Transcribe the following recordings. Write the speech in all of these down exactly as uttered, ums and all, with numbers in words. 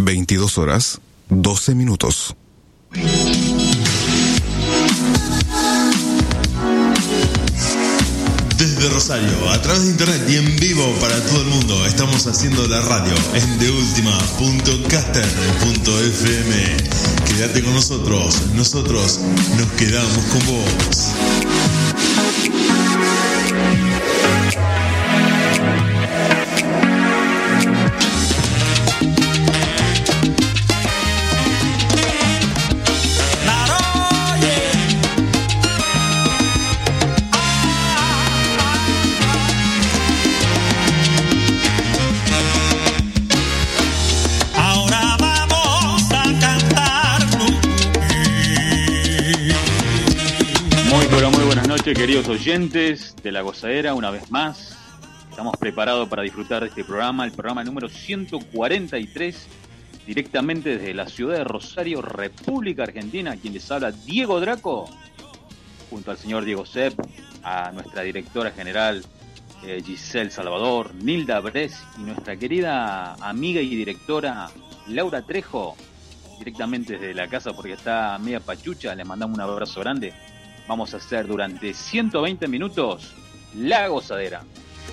veintidós horas, doce minutos. Desde Rosario, a través de internet y en vivo para todo el mundo, estamos haciendo la radio en de ultima punto caster punto efe eme. Quédate con nosotros, nosotros nos quedamos con vos. Queridos oyentes de La Gozadera, una vez más estamos preparados para disfrutar de este programa, el programa número ciento cuarenta y tres, directamente desde la ciudad de Rosario, República Argentina. Quien les habla, Diego Draco, junto al señor Diego Sepp, a nuestra directora general eh, Giselle Salvador, Nilda Bres y nuestra querida amiga y directora Laura Trejo, directamente desde la casa porque está media pachucha. Les mandamos un abrazo grande. Vamos a hacer durante ciento veinte minutos La Gozadera.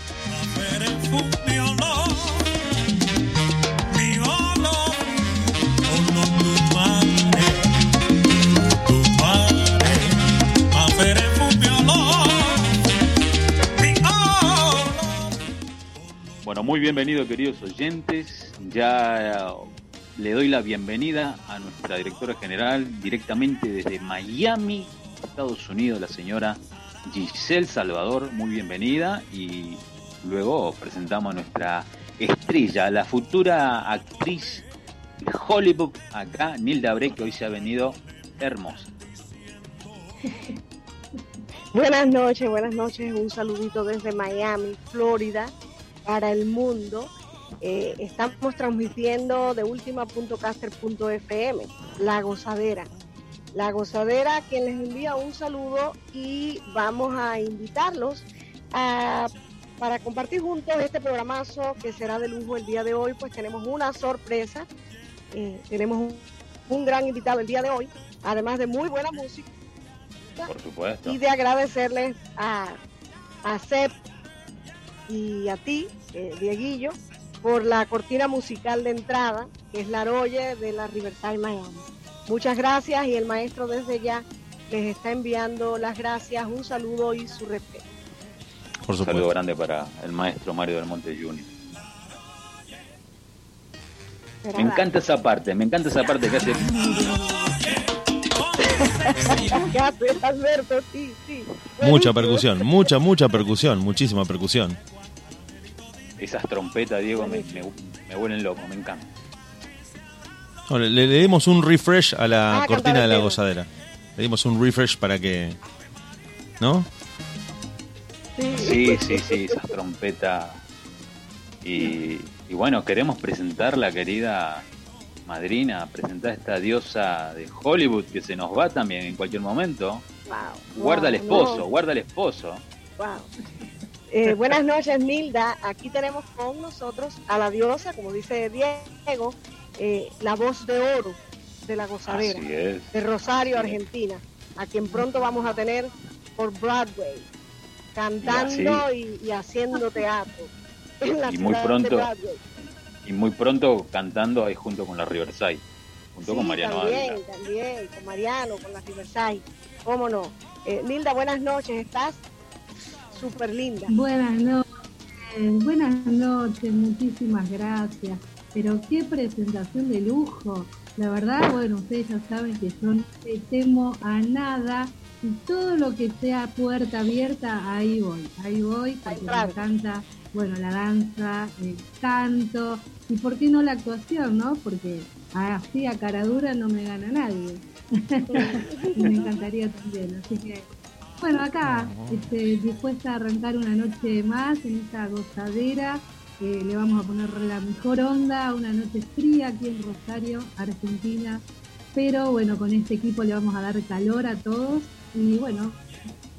Bueno, muy bienvenido, queridos oyentes. Ya le doy la bienvenida a nuestra directora general directamente desde Miami, Estados Unidos, la señora Giselle Salvador. Muy bienvenida. Y luego presentamos a nuestra estrella, la futura actriz de Hollywood acá, Nilda Bres, que hoy se ha venido hermosa. Buenas noches, buenas noches. Un saludito desde Miami, Florida, para el mundo. Eh, estamos transmitiendo de ultima punto caster punto efe eme, La Gozadera. La Gozadera, quien les envía un saludo, y vamos a invitarlos a, para compartir juntos este programazo que será de lujo el día de hoy. Pues tenemos una sorpresa, eh, tenemos un, un gran invitado el día de hoy, además de muy buena música. Por supuesto. Y de agradecerles a, a Sepp y a ti, eh, Dieguillo, por la cortina musical de entrada, que es La Roye de la Riverside Miami. Muchas gracias, y el maestro desde ya les está enviando las gracias, un saludo y su respeto. Por supuesto. Un saludo grande para el maestro Mario del Monte junior Me encanta esa parte, me encanta esa parte que hace. ¿Qué hace, Alberto? Sí, sí. Mucha percusión, mucha, mucha percusión, muchísima percusión. Esas trompetas, Diego, me, me, me vuelven loco, me encanta. Le, le dimos un refresh a la ah, cortina de La Gozadera. Le dimos un refresh para que... ¿No? Sí, sí, sí, esas trompetas. Y, y bueno, queremos presentar la querida madrina, presentar a esta diosa de Hollywood que se nos va también en cualquier momento. Wow, guarda wow, el esposo, no. guarda el esposo. Wow. Eh, buenas noches, Nilda. Aquí tenemos con nosotros a la diosa, como dice Diego, Eh, la voz de oro de La Gozadera, así es, de Rosario, así Argentina, es. A quien pronto vamos a tener por Broadway, cantando y, y, y haciendo teatro en la y muy ciudad pronto, de Broadway. Y muy pronto cantando ahí junto con la Riverside, junto sí, con Mariano también, Ávila. también, con Mariano, con la Riverside, cómo no. Eh, Nilda, buenas noches, estás súper linda. Buenas noches, buenas noches, muchísimas gracias. Pero qué presentación de lujo. La verdad, bueno, ustedes ya saben que yo no le temo a nada, y todo lo que sea puerta abierta, ahí voy, ahí voy, porque me encanta, bueno, la danza, el canto, y por qué no la actuación, ¿no? Porque así a cara dura no me gana nadie. Y me encantaría también, así que, bueno, acá, este, dispuesta a arrancar una noche más en esta gozadera. Eh, le vamos a poner la mejor onda, una noche fría aquí en Rosario, Argentina, pero bueno, con este equipo le vamos a dar calor a todos, y bueno,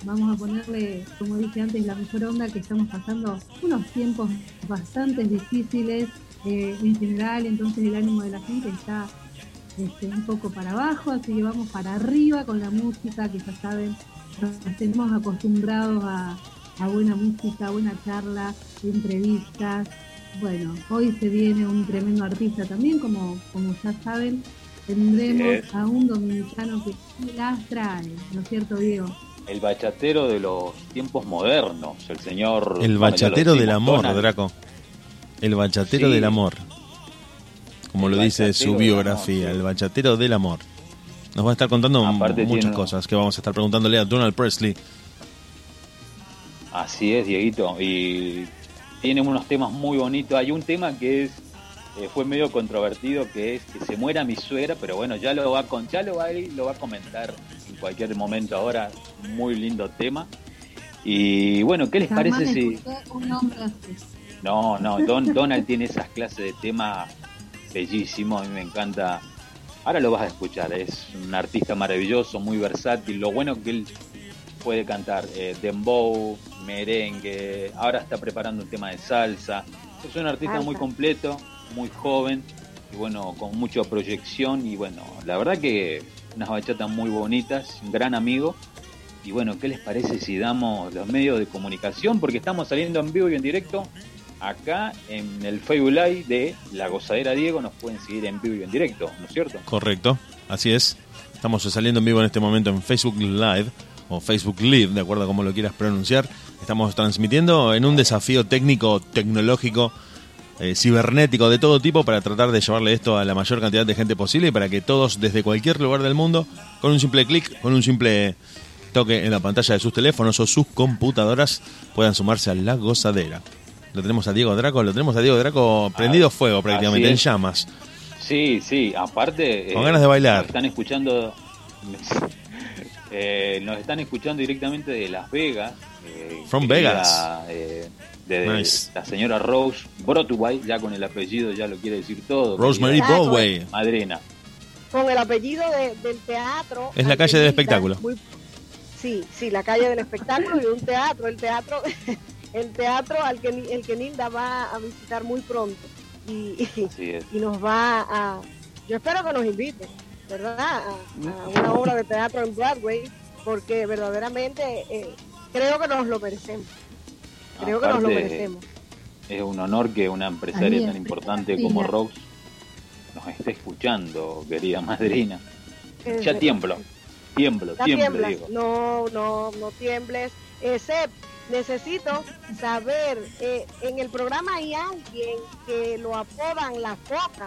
vamos a ponerle, como dije antes, la mejor onda, que estamos pasando unos tiempos bastante difíciles eh, en general, entonces el ánimo de la gente está este, un poco para abajo, así que vamos para arriba con la música, que ya saben, nos tenemos acostumbrados a, a buena música, buena charla, entrevistas. Bueno, hoy se viene un tremendo artista también, como, como ya saben, tendremos a un dominicano que las trae, ¿no es cierto, Diego? El bachatero de los tiempos modernos, el señor... El bachatero del amor, Draco. El bachatero sí. del amor. Como el lo dice su biografía, amor, sí. El bachatero del amor. Nos va a estar contando Aparte muchas tiene... cosas que vamos a estar preguntándole a Donald Presley. Así es, Dieguito. Y tiene unos temas muy bonitos. Hay un tema que es eh, fue medio controvertido, que es que se muera mi suegra, pero bueno, ya lo va a, con, ya lo va a, lo va a comentar en cualquier momento ahora. Muy lindo tema. Y bueno, ¿qué les Jamás parece si... Un nombre así. No, no, Don, Donald tiene esas clases de tema bellísimos, a mí me encanta. Ahora lo vas a escuchar, es un artista maravilloso, muy versátil. Lo bueno que él puede cantar eh, dembow, merengue, ahora está preparando un tema de salsa. Es un artista Alta. muy completo, muy joven y bueno, con mucha proyección y bueno, la verdad que unas bachatas muy bonitas, un gran amigo. Y bueno, ¿qué les parece si damos los medios de comunicación? Porque estamos saliendo en vivo y en directo acá en el Facebook Live de La Gozadera Diego. Nos pueden seguir en vivo y en directo, ¿no es cierto? Correcto, así es. Estamos saliendo en vivo en este momento en Facebook Live o Facebook Live, de acuerdo a cómo lo quieras pronunciar. Estamos transmitiendo en un desafío técnico, tecnológico, eh, cibernético de todo tipo para tratar de llevarle esto a la mayor cantidad de gente posible y para que todos desde cualquier lugar del mundo, con un simple clic, con un simple toque en la pantalla de sus teléfonos o sus computadoras, puedan sumarse a La Gozadera. Lo tenemos a Diego Draco, lo tenemos a Diego Draco prendido ah, fuego prácticamente, en llamas. Sí, sí, aparte... Con eh, ganas de bailar. Nos están escuchando... eh, nos están escuchando directamente de Las Vegas. Eh, From querida, Vegas. Eh, de, de nice. La señora Rose Broadway, ya con el apellido ya lo quiere decir todo. Rosemary Broadway. Madrina. Con el apellido de, del teatro. Es la calle del espectáculo. Muy, sí, sí, la calle del espectáculo y un teatro. El teatro... El teatro al que el que Nilda va a visitar muy pronto y, y nos va a, yo espero que nos invite, ¿verdad? A, a una obra de teatro en Broadway, porque verdaderamente eh, creo que nos lo merecemos. Creo Aparte, que nos lo merecemos. Es un honor que una empresaria Ahí tan importante sí, como Rose nos esté escuchando, querida madrina. Es ya tiemblo, tiemblo, tiemblo, digo. No, no, no tiembles, excepto necesito saber, eh, en el programa hay alguien que lo apodan La Foca.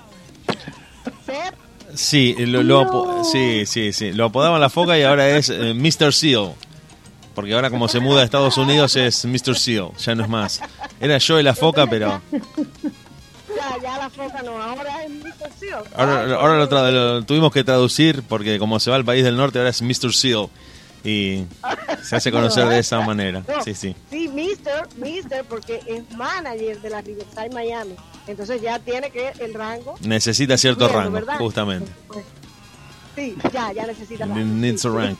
Sí, lo, lo no. sí, sí, sí, lo apodaban La Foca y ahora es eh, mister Seal. Porque ahora como se muda a Estados Unidos es mister Seal, ya no es más. Era yo y La Foca, pero... Ya, ya La Foca no, ahora es mister Seal. Ahora, ahora lo, tra- lo tuvimos que traducir porque como se va al país del norte ahora es mister Seal. Y se hace conocer de esa manera. No, sí, sí. Sí, mister, mister, porque es manager de la Riverside Miami. Entonces ya tiene que el rango. Necesita cierto rango, ¿verdad? Justamente. Pues, sí, ya, ya necesita rango. Needs sí. a rank.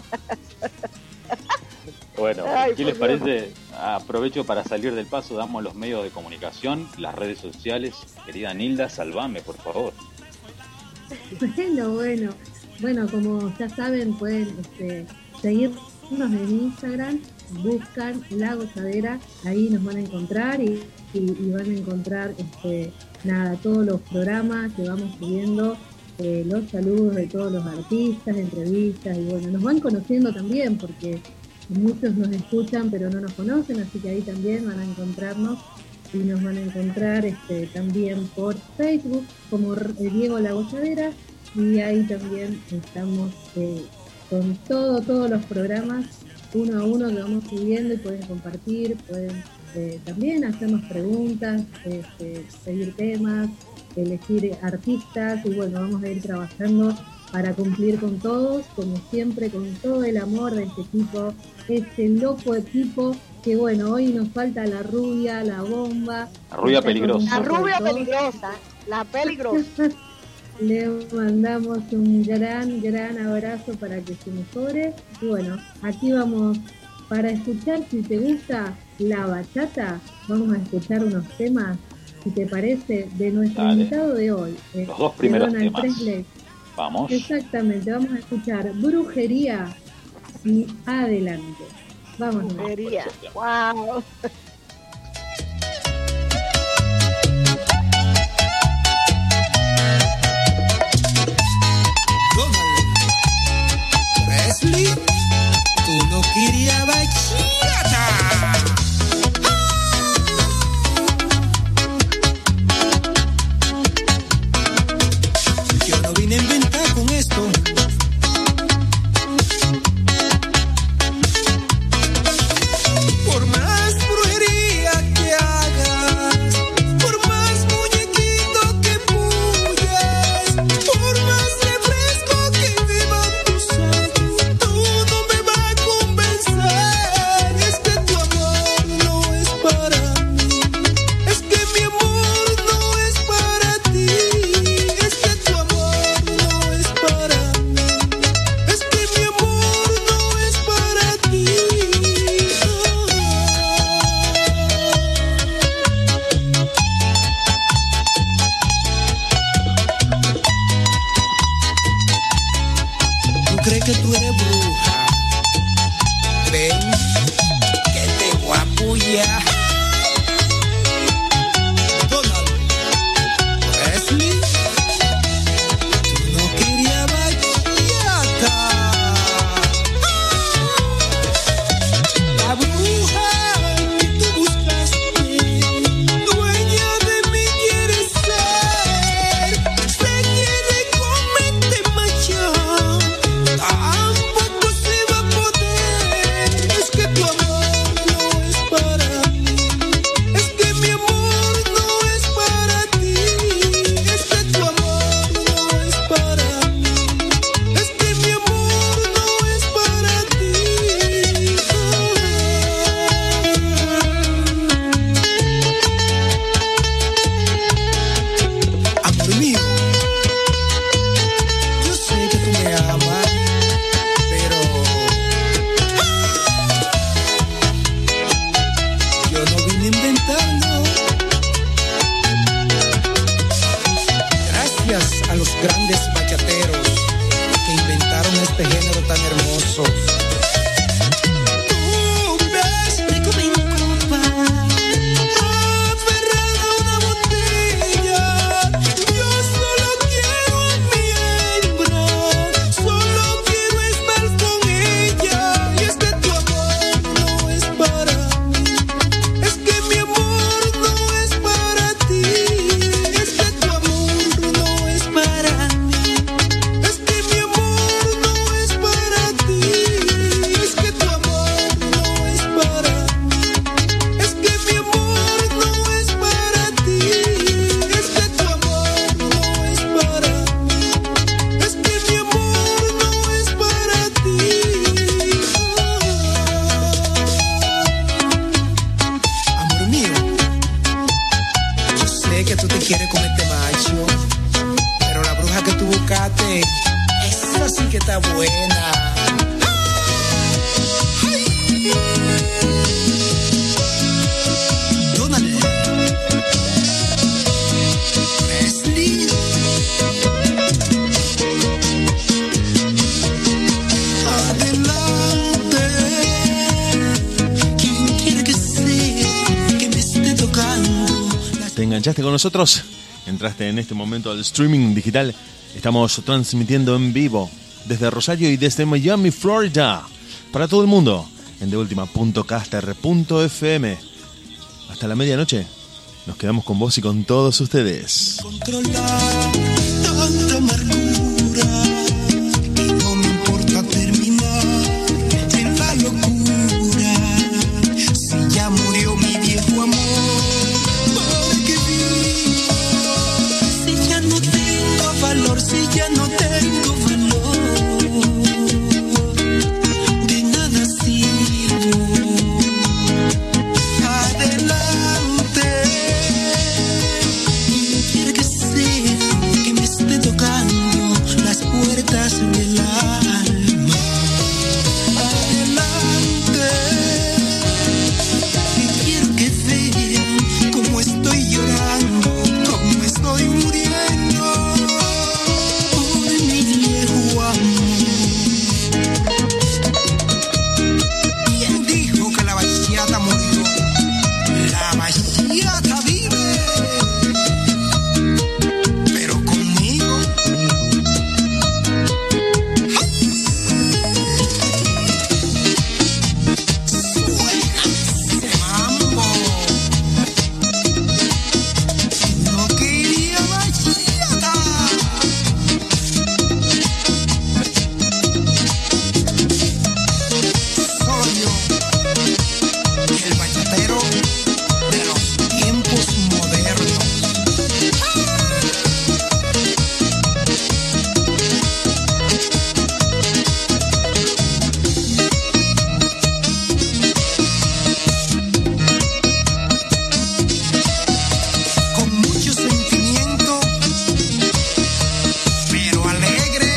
Bueno, Ay, ¿qué les Dios. parece? Aprovecho para salir del paso, damos los medios de comunicación, las redes sociales. Querida Nilda, salvame, por favor. Bueno, bueno. Bueno, como ya saben, pueden... este seguirnos en Instagram, buscan La Gozadera, ahí nos van a encontrar y, y, y van a encontrar este, nada, todos los programas que vamos subiendo, eh, los saludos de todos los artistas, entrevistas y bueno, nos van conociendo también porque muchos nos escuchan pero no nos conocen, así que ahí también van a encontrarnos y nos van a encontrar este, también por Facebook como Diego La Gozadera y ahí también estamos... Eh, con todo, todos los programas, uno a uno que vamos subiendo y pueden compartir, pueden eh, también hacernos preguntas, este, pedir temas, elegir artistas y bueno, vamos a ir trabajando para cumplir con todos, como siempre, con todo el amor de este equipo, este loco equipo que bueno, hoy nos falta la rubia, la bomba. La rubia peligrosa. La rubia peligrosa, la peligrosa. Le mandamos un gran, gran abrazo para que se mejore. Y bueno, aquí vamos para escuchar, si te gusta la bachata, vamos a escuchar unos temas, si te parece, de nuestro Dale. invitado de hoy. Los dos primeros Donald temas. Presley. Vamos. Exactamente, vamos a escuchar Brujería y Adelante. Vamos. Brujería. Wow. Presley, tú no querías bachata. Yo no vine a inventar con esto. Por más brujería que hagas, por más muñequito que puyes, por más refresco que beban tus ojos, tú no me vas a convencer. Es que tu amor no es para mí, es que mi amor no es para ti, es que tu amor no es para mí, es que mi amor no es para ti. ¿Tú crees que tú eres bruja? ¿Creen que te voy a apoyar? Donald Presley, tú no querías bachata. La bruja que tú buscaste, dueña de mí quieres ser. Se quiere comerte macho, tampoco se va a poder. Es que tu amor no es para mí, es que mi amor no es para ti, es que tu amor no es para mí, es que mi amor no es para ti. Amor mío, yo sé que tú me amas, pero yo no vine inventando. Gracias a los grandes bachateros que inventaron este género tan hermoso. Tú ves como en copa, aferrada a una botella. Yo solo quiero a mi hembra, solo quiero estar con ella. Y es que tu amor no es para mí, es que mi amor no es para ti, es que tu amor no es para mí, es que mi amor no es para ti, es que tu amor no es para mí, es que mi amor no es para ti, es que tu amor no es para mí, es que mi amor no es para ti. Amor mío, yo sé que tú te quieres con este macho, pero la bruja que tú buscaste, esa sí que está buena. Donald Presley, adelante. ¿Quién quiere que sea que me esté tocando? ¿Te enganchaste con nosotros? Entraste en este momento al streaming digital. Estamos transmitiendo en vivo desde Rosario y desde Miami, Florida, para todo el mundo en de ultima punto caster punto f m. Hasta la medianoche. Nos quedamos con vos y con todos ustedes. Controlar tanta amargura y no me importa terminar en la locura. Si ya murió mi viejo amor, porque vivo. Si ya no tengo valor, si ya no tengo valor, de nada sirvo. Adelante, quien quiera que sea que me esté tocando. bachata vive, pero conmigo. Suena ese mambo. No quería bachata. Soy yo, el bachatero de los tiempos modernos. Con mucho sentimiento, pero alegre.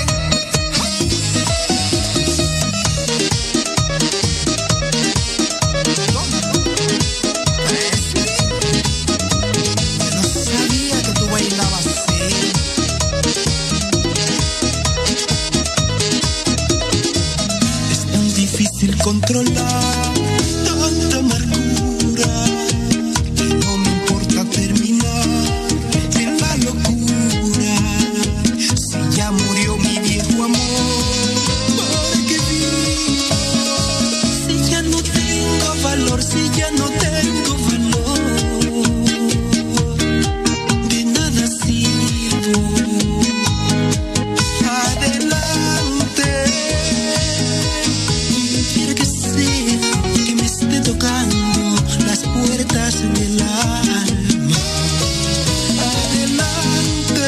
Yo no sabía que tú bailabas así. Es tan difícil controlar tanta amargura que no me importa terminar en la locura. Si ya murió mi viejo amor, ¿para qué vivo? Si ya no tengo valor, si ya no tengo valor, de nada sirvo. Adelante, quiero que sea que me esté tocando las puertas del alma. Adelante,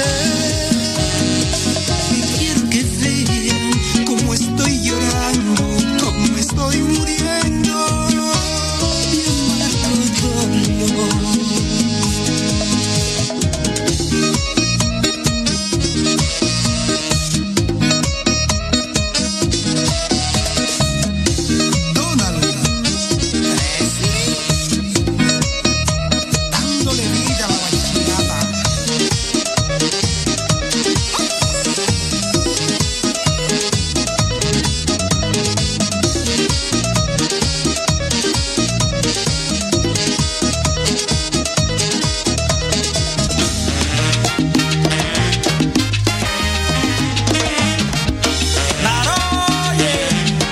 quiero que vean cómo estoy llorando, cómo estoy muriendo de amargo dolor. Donald, Tracy, dándole vida a la bachata. Claro, oye.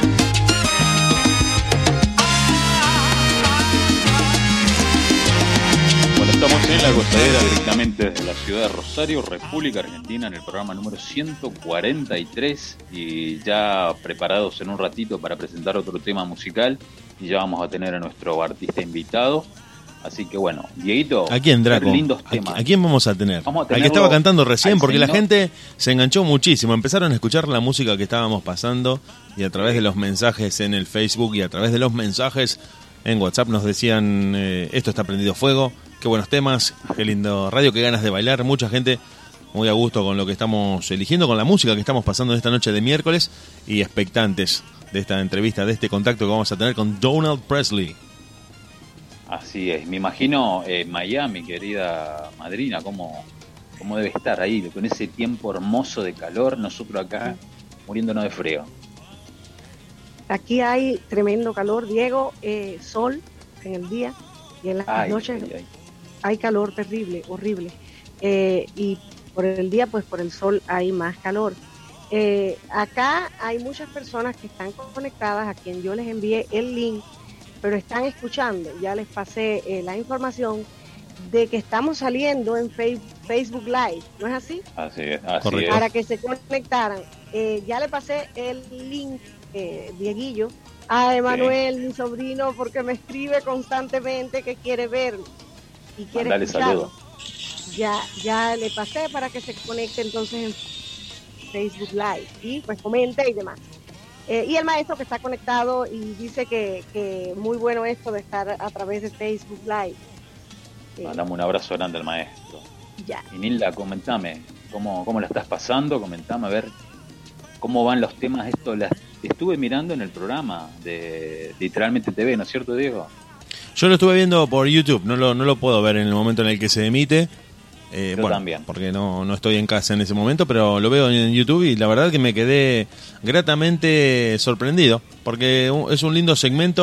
Bueno, estamos en La Gozadera, directamente desde la ciudad de Rosario, República Argentina, en el programa número ciento cuarenta y tres, y ya preparados en un ratito para presentar otro tema musical, y ya vamos a tener a nuestro artista invitado. Así que bueno, Dieguito, ¿A quién, Draco? qué lindos ¿A, temas. qui- a quién vamos a tener? Vamos a Al que tenerlo estaba cantando recién, al porque la señor- gente se enganchó muchísimo. Empezaron a escuchar la música que estábamos pasando y a través de los mensajes en el Facebook y a través de los mensajes en WhatsApp nos decían, eh, esto está prendido fuego, qué buenos temas, qué lindo radio, qué ganas de bailar. Mucha gente muy a gusto con lo que estamos eligiendo, con la música que estamos pasando esta noche de miércoles y expectantes de esta entrevista, de este contacto que vamos a tener con Donald Presley. Así es, me imagino eh, Miami, querida madrina, cómo, cómo debe estar ahí, con ese tiempo hermoso de calor, nosotros acá muriéndonos de frío. Aquí hay tremendo calor, Diego, eh, sol en el día y en las Ay, noches ay, ay. hay calor terrible, horrible. Eh, y por el día, pues por el sol hay más calor. Eh, acá hay muchas personas que están conectadas, a quien yo les envié el link, pero están escuchando. Ya les pasé eh, la información de que estamos saliendo en Fe- Facebook Live, ¿no es así? Así es, así Correcto. es. Para que se conectaran. Eh, ya le pasé el link, eh, Dieguillo, a Emanuel, mi sobrino, porque me escribe constantemente que quiere verlo y quiere Mandale escucharlo. saludos. Ya, ya le pasé para que se conecte entonces en Facebook Live y pues comente y demás. Eh, y el maestro que está conectado y dice que, que muy bueno esto de estar a través de Facebook Live. Eh, Mandamos un abrazo grande al maestro. ya. Y Nilda, comentame, ¿cómo, cómo la estás pasando? Comentame a ver cómo van los temas. Esto las estuve mirando en el programa de Literalmente T V, ¿no es cierto, Diego? Yo lo estuve viendo por YouTube, no lo, no lo puedo ver en el momento en el que se emite. Eh, Yo bueno, también. porque no, no estoy en casa en ese momento, pero lo veo en YouTube y la verdad que me quedé gratamente sorprendido, porque es un lindo segmento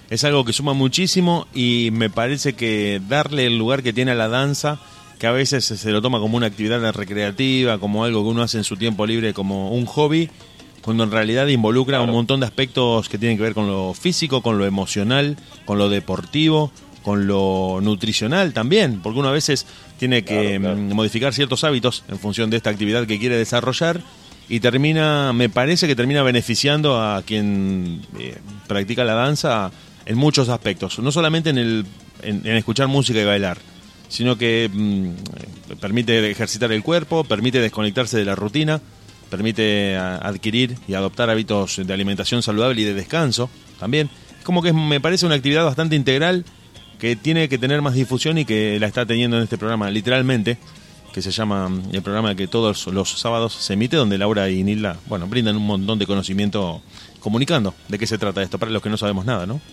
es algo que suma muchísimo y me parece que darle el lugar que tiene a la danza, que a veces se lo toma como una actividad recreativa, como algo que uno hace en su tiempo libre, como un hobby, cuando en realidad involucra claro. un montón de aspectos que tienen que ver con lo físico, con lo emocional, con lo deportivo, con lo nutricional también, porque uno a veces tiene que claro, claro. modificar ciertos hábitos en función de esta actividad que quiere desarrollar y termina, me parece que termina beneficiando a quien eh, practica la danza en muchos aspectos, no solamente en, el, en, en escuchar música y bailar, sino que mmm, permite ejercitar el cuerpo, permite desconectarse de la rutina, permite a, adquirir y adoptar hábitos de alimentación saludable y de descanso también. Es como que es, me parece una actividad bastante integral que tiene que tener más difusión y que la está teniendo en este programa, literalmente, que se llama el programa que todos los sábados se emite, donde Laura y Nilda, bueno, brindan un montón de conocimiento comunicando de qué se trata esto, para los que no sabemos nada, ¿no?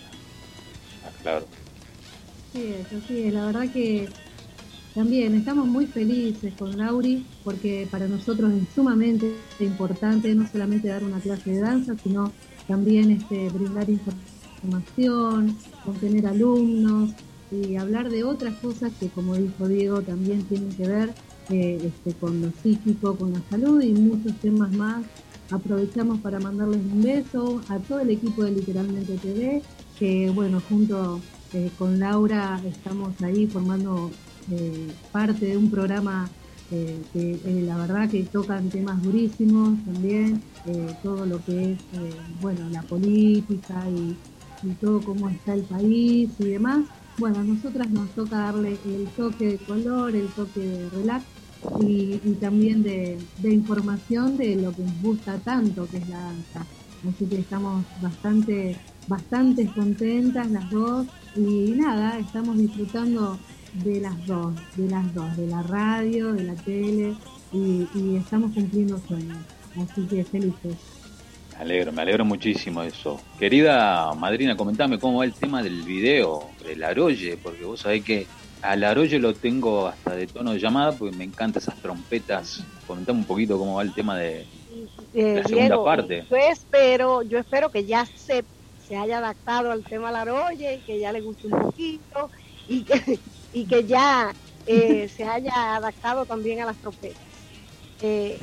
Claro. Sí, eso sí, la verdad que también estamos muy felices con Lauri, porque para nosotros es sumamente importante no solamente dar una clase de danza, sino también este, brindar información, contener alumnos y hablar de otras cosas que, como dijo Diego, también tienen que ver eh, este, con lo psíquico, con la salud y muchos temas más. Aprovechamos para mandarles un beso a todo el equipo de Literalmente T V, que bueno, junto eh, con Laura estamos ahí formando eh, parte de un programa eh, que eh, la verdad que tocan temas durísimos también, eh, todo lo que es eh, bueno, la política y, y todo cómo está el país y demás. Bueno, a nosotras nos toca darle el toque de color, el toque de relax y, y también de, de información de lo que nos gusta tanto, que es la danza. Así que estamos bastante, bastante contentas las dos y nada, estamos disfrutando de las dos, de las dos, de la radio, de la tele y, y estamos cumpliendo sueños. Así que felices. Me alegro, me alegro muchísimo de eso. Querida madrina, comentame cómo va el tema del video, del Aroye, porque vos sabés que al Aroye lo tengo hasta de tono de llamada, porque me encantan esas trompetas. Comentame un poquito cómo va el tema de eh, la segunda Diego, parte. Yo espero, yo espero que ya se, se haya adaptado al tema del Aroye, que ya le guste un poquito y que, y que ya eh, se haya adaptado también a las trompetas. Eh,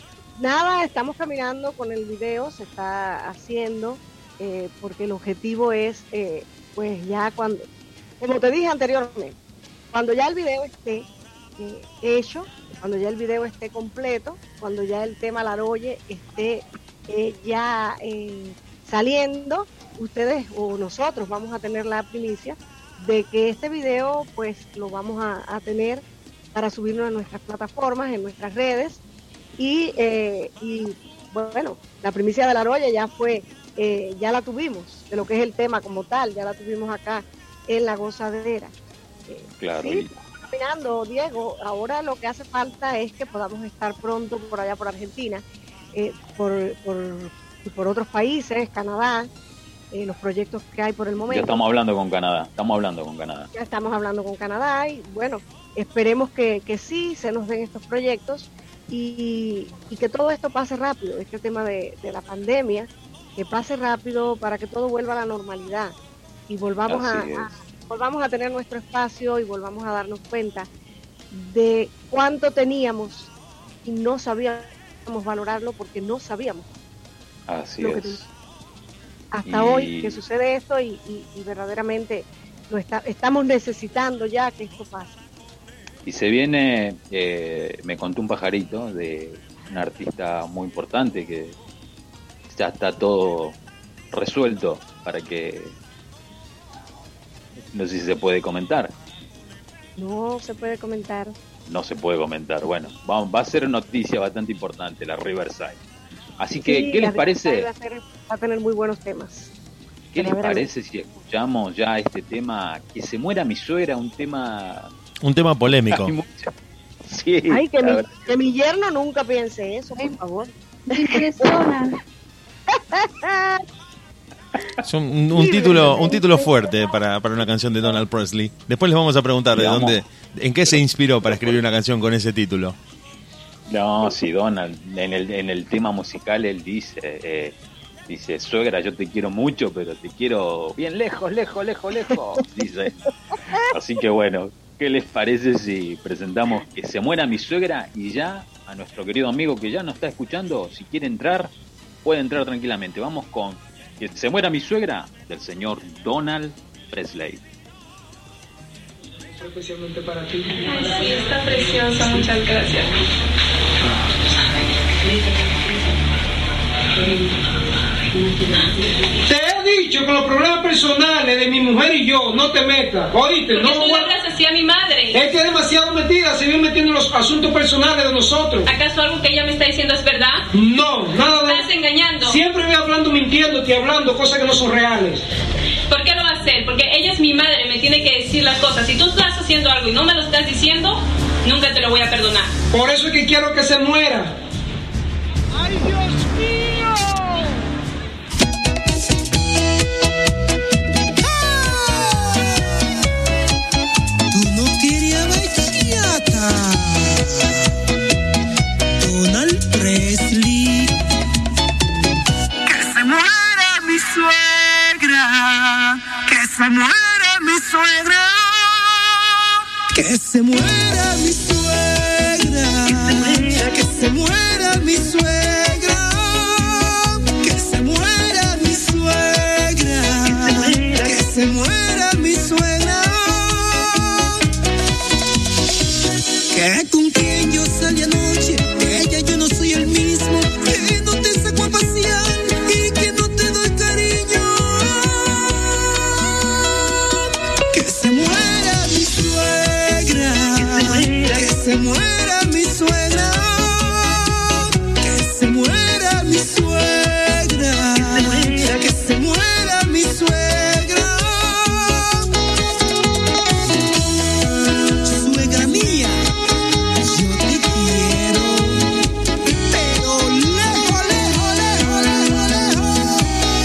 Nada, estamos caminando con el video, se está haciendo, eh, porque el objetivo es, eh, pues ya cuando, como te dije anteriormente, cuando ya el video esté eh, hecho, cuando ya el video esté completo, cuando ya el tema Laroye esté eh, ya eh, saliendo, ustedes o nosotros vamos a tener la primicia de que este video pues lo vamos a, a tener para subirlo en nuestras plataformas, en nuestras redes. Y, eh, y bueno, la primicia de Laroye ya fue, eh, ya la tuvimos, de lo que es el tema como tal, ya la tuvimos acá en La Gozadera. Eh, claro. Sí, estamos caminando, Diego. Ahora lo que hace falta es que podamos estar pronto por allá por Argentina, eh, por, por, y por otros países, Canadá, eh, los proyectos que hay por el momento. Ya estamos hablando con Canadá, estamos hablando con Canadá. Ya estamos hablando con Canadá y bueno, esperemos que, que sí se nos den estos proyectos. Y, y que todo esto pase rápido, este tema de, de la pandemia, que pase rápido para que todo vuelva a la normalidad y volvamos a, a, volvamos a tener nuestro espacio y volvamos a darnos cuenta de cuánto teníamos y no sabíamos valorarlo porque no sabíamos. Así lo es. Que teníamos. Hasta y... hoy que sucede esto y, y, y verdaderamente lo está, estamos necesitando ya que esto pase. Y se viene, eh, me contó un pajarito de un artista muy importante que ya está todo resuelto para que, no sé si se puede comentar. No se puede comentar. No se puede comentar. Bueno, va, va a ser noticia bastante importante la Riverside. Así que, sí, ¿qué les parece? Va a, ser, va a tener muy buenos temas. ¿Qué les parece si escuchamos ya este tema, Que se muera mi suegra, un tema... Un tema polémico. Sí, Ay, que mi, que mi yerno nunca piense eso, por favor. Me impresiona. Es un, un título un título fuerte para, para una canción de Donald Presley. Después les vamos a preguntar de dónde, en qué se inspiró para escribir una canción con ese título. No, sí, Donald, en el, en el tema musical él dice, eh, Dice, suegra, yo te quiero mucho, pero te quiero bien lejos, lejos, lejos, lejos. Dice. Así que bueno, ¿qué les parece si presentamos Que se muera mi suegra? Y ya a nuestro querido amigo que ya nos está escuchando, si quiere entrar, puede entrar tranquilamente. Vamos con Que se muera mi suegra, del señor Donald Presley. Especialmente para ti. Ay, sí, está preciosa, muchas gracias. Te he dicho con los problemas personales de mi mujer y yo, no te metas, oíste, ¿Por qué no. tú le hablas así a mi madre? Es que es demasiado metida, se viene metiendo en los asuntos personales de nosotros. ¿Acaso algo que ella me está diciendo es verdad? No, nada de. ¿Estás engañando? Siempre voy hablando, mintiéndote, hablando cosas que no son reales. ¿Por qué lo va a hacer? Porque ella es mi madre, me tiene que decir las cosas. Si tú estás haciendo algo y no me lo estás diciendo, nunca te lo voy a perdonar. Por eso es que quiero que se muera. ¡Ay, Dios mío! Tú no querías bachata. Donald Presley. Que se muera mi suegra. Que se muera mi suegra. Que se muera mi suegra. Que se muera mi suegra. Que se muera mi suegra. Que se muera mi suegra. Que con quien yo salí anoche, que ella yo no soy el mismo, que no te saco a pasear y que no te doy cariño. Que se muera mi suegra. Que se muera mi suegra. Que se muera mi suegra. Que se muera mi suegra. Suegra mía, yo te quiero, pero lejos, lejos, lejos, lejos, lejos.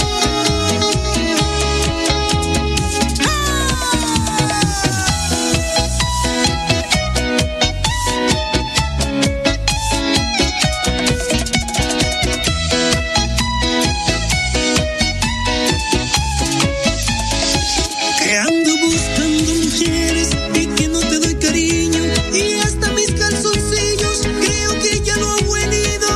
Que ando buscando mujeres y que no te doy cariño y hasta mis calzoncillos creo que ya no han venido.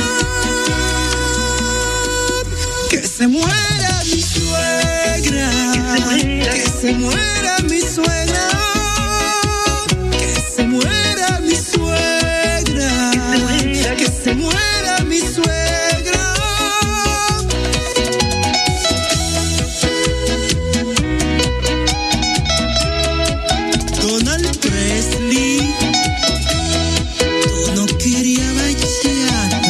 Que se muera mi suegra. Que se muera mi suegra. Que se muera mi suegra. Que se muera mi suegra. Donald Presley, tú no querías bachata.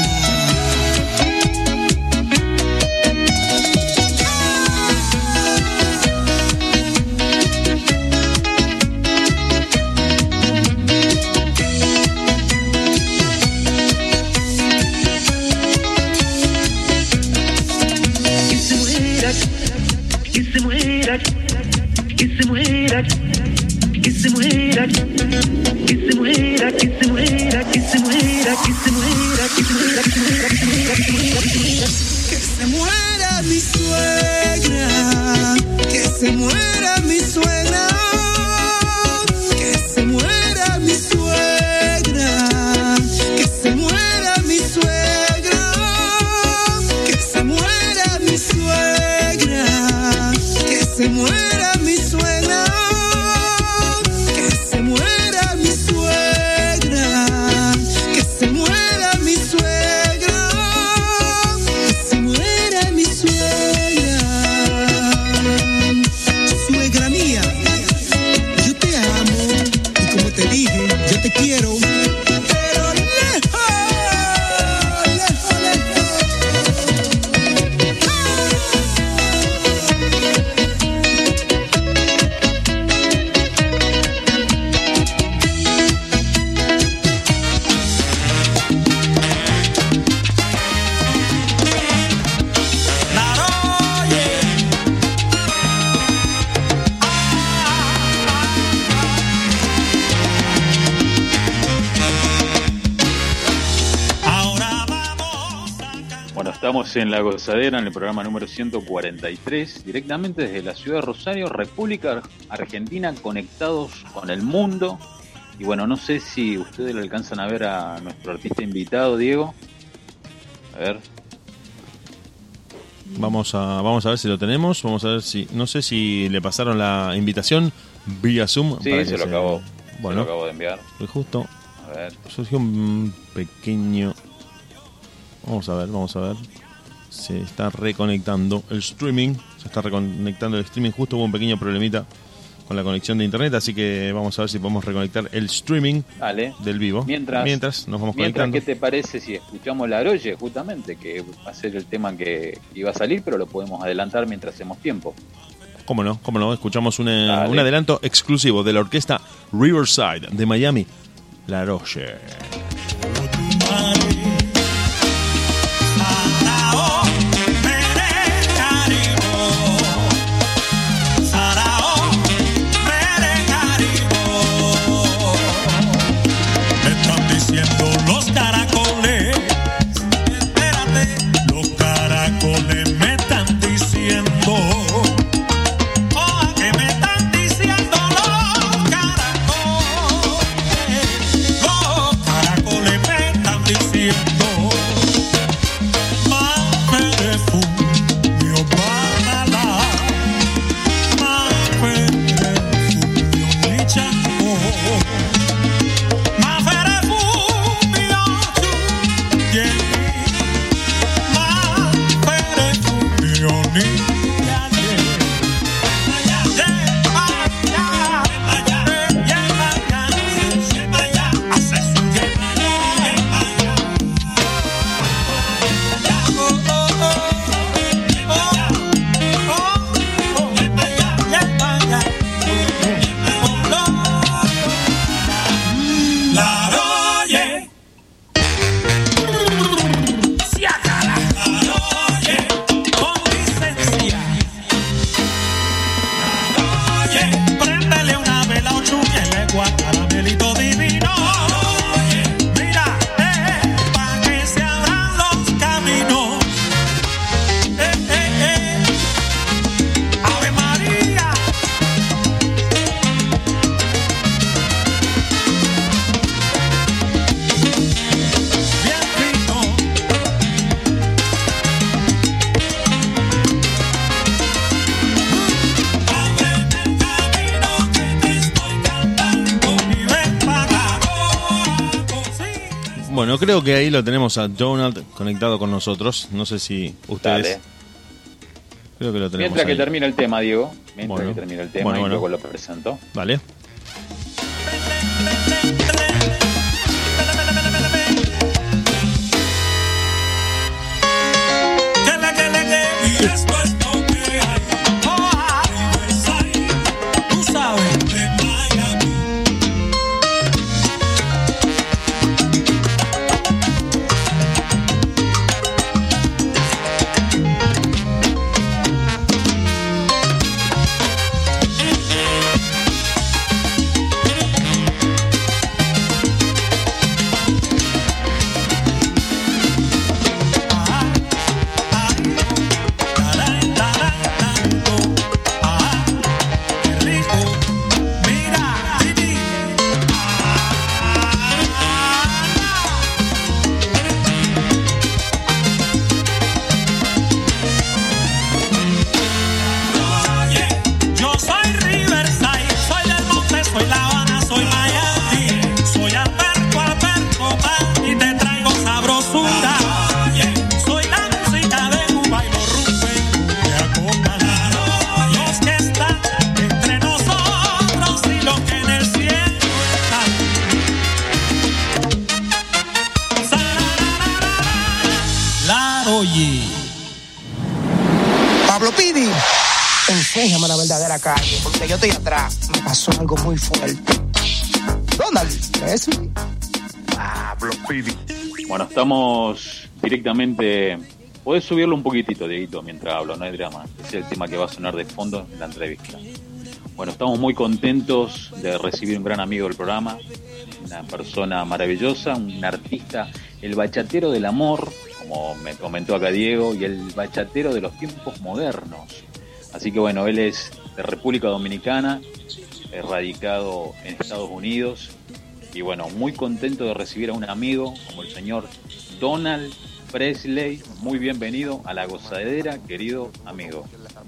Que se muera, que se muera, que se muera. Que se muera, que se muera, que se muera, que se muera, que se muera, que se muera, que se muera, que se muera, que se muera, que se muera. Que se muera mi suegra, que se muera mi suegra, que se muera mi suegra, que se muera mi suegra, que se muera mi suegra, que se muera mi suegra. Que se muera mi suegra, que se muera mi suegra, que se muera mi suegra. Suegra mía, yo te amo y como te dije, yo te quiero, pero lejos, lejos, lejos. estamos en La Gozadera, en el programa número ciento cuarenta y tres, directamente desde la ciudad de Rosario, República Argentina, conectados con el mundo. Y bueno, no sé si ustedes le alcanzan a ver a nuestro artista invitado, Diego. A ver. Vamos a, vamos a ver si lo tenemos. Vamos a ver si. No sé si le pasaron la invitación vía Zoom. Sí, para se que lo, acabo, bueno, se lo acabo de enviar. Pues justo. A ver. Surgió un pequeño. Vamos a ver, vamos a ver. Se está reconectando el streaming. Se está reconectando el streaming. Justo hubo un pequeño problemita con la conexión de internet, así que vamos a ver si podemos reconectar el streaming Dale. del vivo. Mientras, mientras nos vamos mientras, conectando. ¿qué te parece si escuchamos La Aroye, justamente, que va a ser el tema que iba a salir, pero lo podemos adelantar mientras hacemos tiempo? ¿Cómo no? ¿Cómo no? Escuchamos una, Dale. un adelanto exclusivo de la orquesta Riverside de Miami, La Aroye. Los caracoles, espérate, los caracoles me están diciendo, oh, que me están diciendo los caracoles, los caracoles me están diciendo, más perfume para la, más perfume mi chaco. Bueno, creo que ahí lo tenemos a Donald conectado con nosotros. No sé si ustedes... Dale. Creo que lo tenemos Mientras ahí. que termina el tema, Diego. Mientras Bueno. que termina el tema Bueno, y bueno. luego lo presento. Vale. Y esto es lo que hay. Oh, Riverside, tú sabes, de Miami. Yo soy Riverside, soy del Monte, soy La Habana, soy Miami, soy Alberto, Alberto, man, y te traigo sabrosura. Soy la música de Cuba y los rumberos que acompañan. Los que están entre nosotros y los que en el cielo están. La oye. Pablo Pidi, enséñame la verdadera calle, porque yo estoy atrás. Me pasó algo muy fuerte. Donald, Leslie. Pablo Pidi. Bueno, estamos directamente... Podés subirlo un poquitito, Dieguito, mientras hablo, no hay drama. Ese es el tema que va a sonar de fondo en la entrevista. Bueno, estamos muy contentos de recibir un gran amigo del programa, una persona maravillosa, un artista, el bachatero del amor, como como me comentó acá Diego, y el bachatero de los tiempos modernos. Así que bueno, él es de República Dominicana, eh, radicado en Estados Unidos, y bueno, muy contento de recibir a un amigo como el señor Donald Presley. Muy bienvenido a La Gozadera, querido amigo.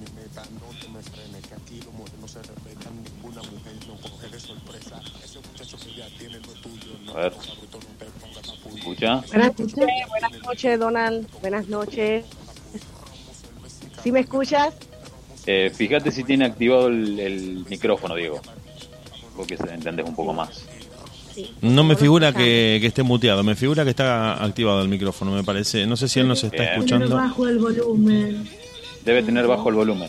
A ver, ¿escucha? Buenas noches, buenas noches, Donald. Buenas noches. ¿Sí me escuchas? Eh, fíjate si tiene activado el, el micrófono, Diego, porque se entendés un poco más. Sí. No me figura que, que esté muteado, me figura que está activado el micrófono, me parece. No sé si él nos está Bien. escuchando. Tener bajo el volumen. Debe tener bajo el volumen.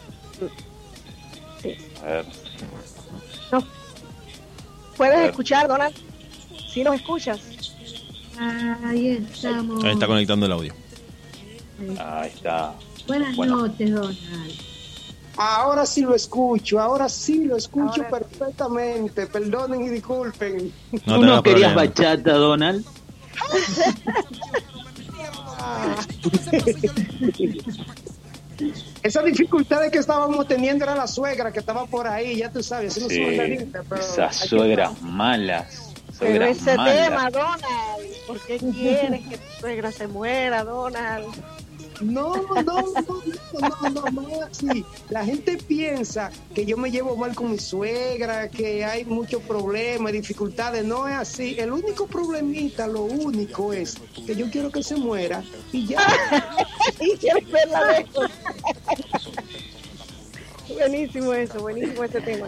Sí. A ver. No. ¿Puedes A ver. escuchar, Donald? ¿Sí nos escuchas? Ahí estamos. Ahí está conectando el audio. Ahí está. Buenas Bueno. noches, Donald. Ahora sí lo escucho, ahora sí lo escucho Ahora sí. perfectamente. Perdonen y disculpen. No ¿Tú te no hagas querías problema. bachata, Donald? Esas dificultades que estábamos teniendo era la suegra que estaba por ahí, ya tú sabes. Eso no Sí, se me dice, pero esas hay que- suegras malas. Pero Suegras ese malas. tema, Donald. ¿Por qué quieres que tu suegra se muera, Donald? No, no, no, no, no, no, Maxi. La gente piensa que yo me llevo mal con mi suegra, que hay muchos problemas, dificultades. No es así. El único problemita, lo único es que yo quiero que se muera y ya. Y quieres verla lejos. Buenísimo eso, buenísimo ese tema.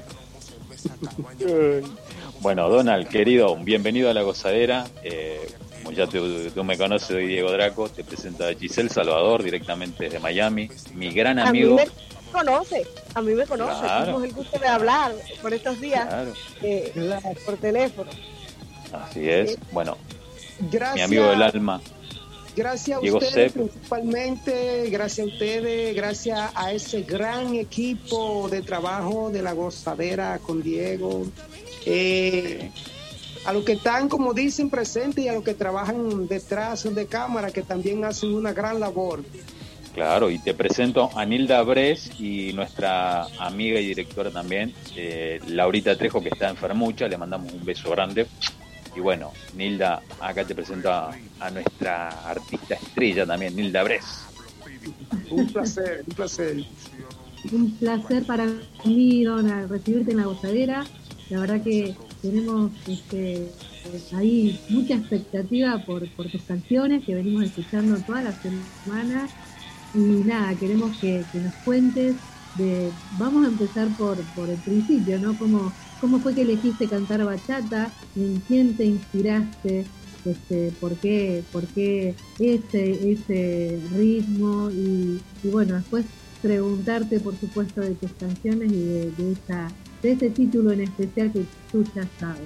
Bueno, Donald, querido, bienvenido a La Gozadera. Eh, como ya tú, tú me conoces, soy Diego Draco. Te presento a Giselle Salvador, directamente desde Miami. Mi gran A mí amigo. me conoce, a mí me conoce. Claro. Tuvimos el gusto de hablar por estos días Claro, eh, por teléfono. así es. Bueno, Gracias. mi amigo del alma. Gracias a Diego ustedes Sepp. principalmente, gracias a ustedes, gracias a ese gran equipo de trabajo de La Gozadera con Diego, eh, a los que están, como dicen, presentes y a los que trabajan detrás de cámara, que también hacen una gran labor. Claro, y te presento a Nilda Bres y nuestra amiga y directora también, eh, Laurita Trejo, que está enfermucha. Le mandamos un beso grande. Y bueno, Nilda, acá te presento a, a nuestra artista estrella también, Nilda Bres. Un placer, un placer. Un placer para mí, Donald, recibirte en La Gozadera. La verdad que tenemos este, ahí mucha expectativa por, por tus canciones que venimos escuchando todas las semanas. Y nada, queremos que, que nos cuentes de, vamos a empezar por, por el principio, ¿no? ¿Cómo, cómo fue que elegiste cantar bachata? ¿En quién te inspiraste? Este, ¿por qué, por qué ese, ese ritmo? Y, y bueno, después preguntarte, por supuesto, de tus canciones y de, de, esa, de ese título en especial que tú ya sabes.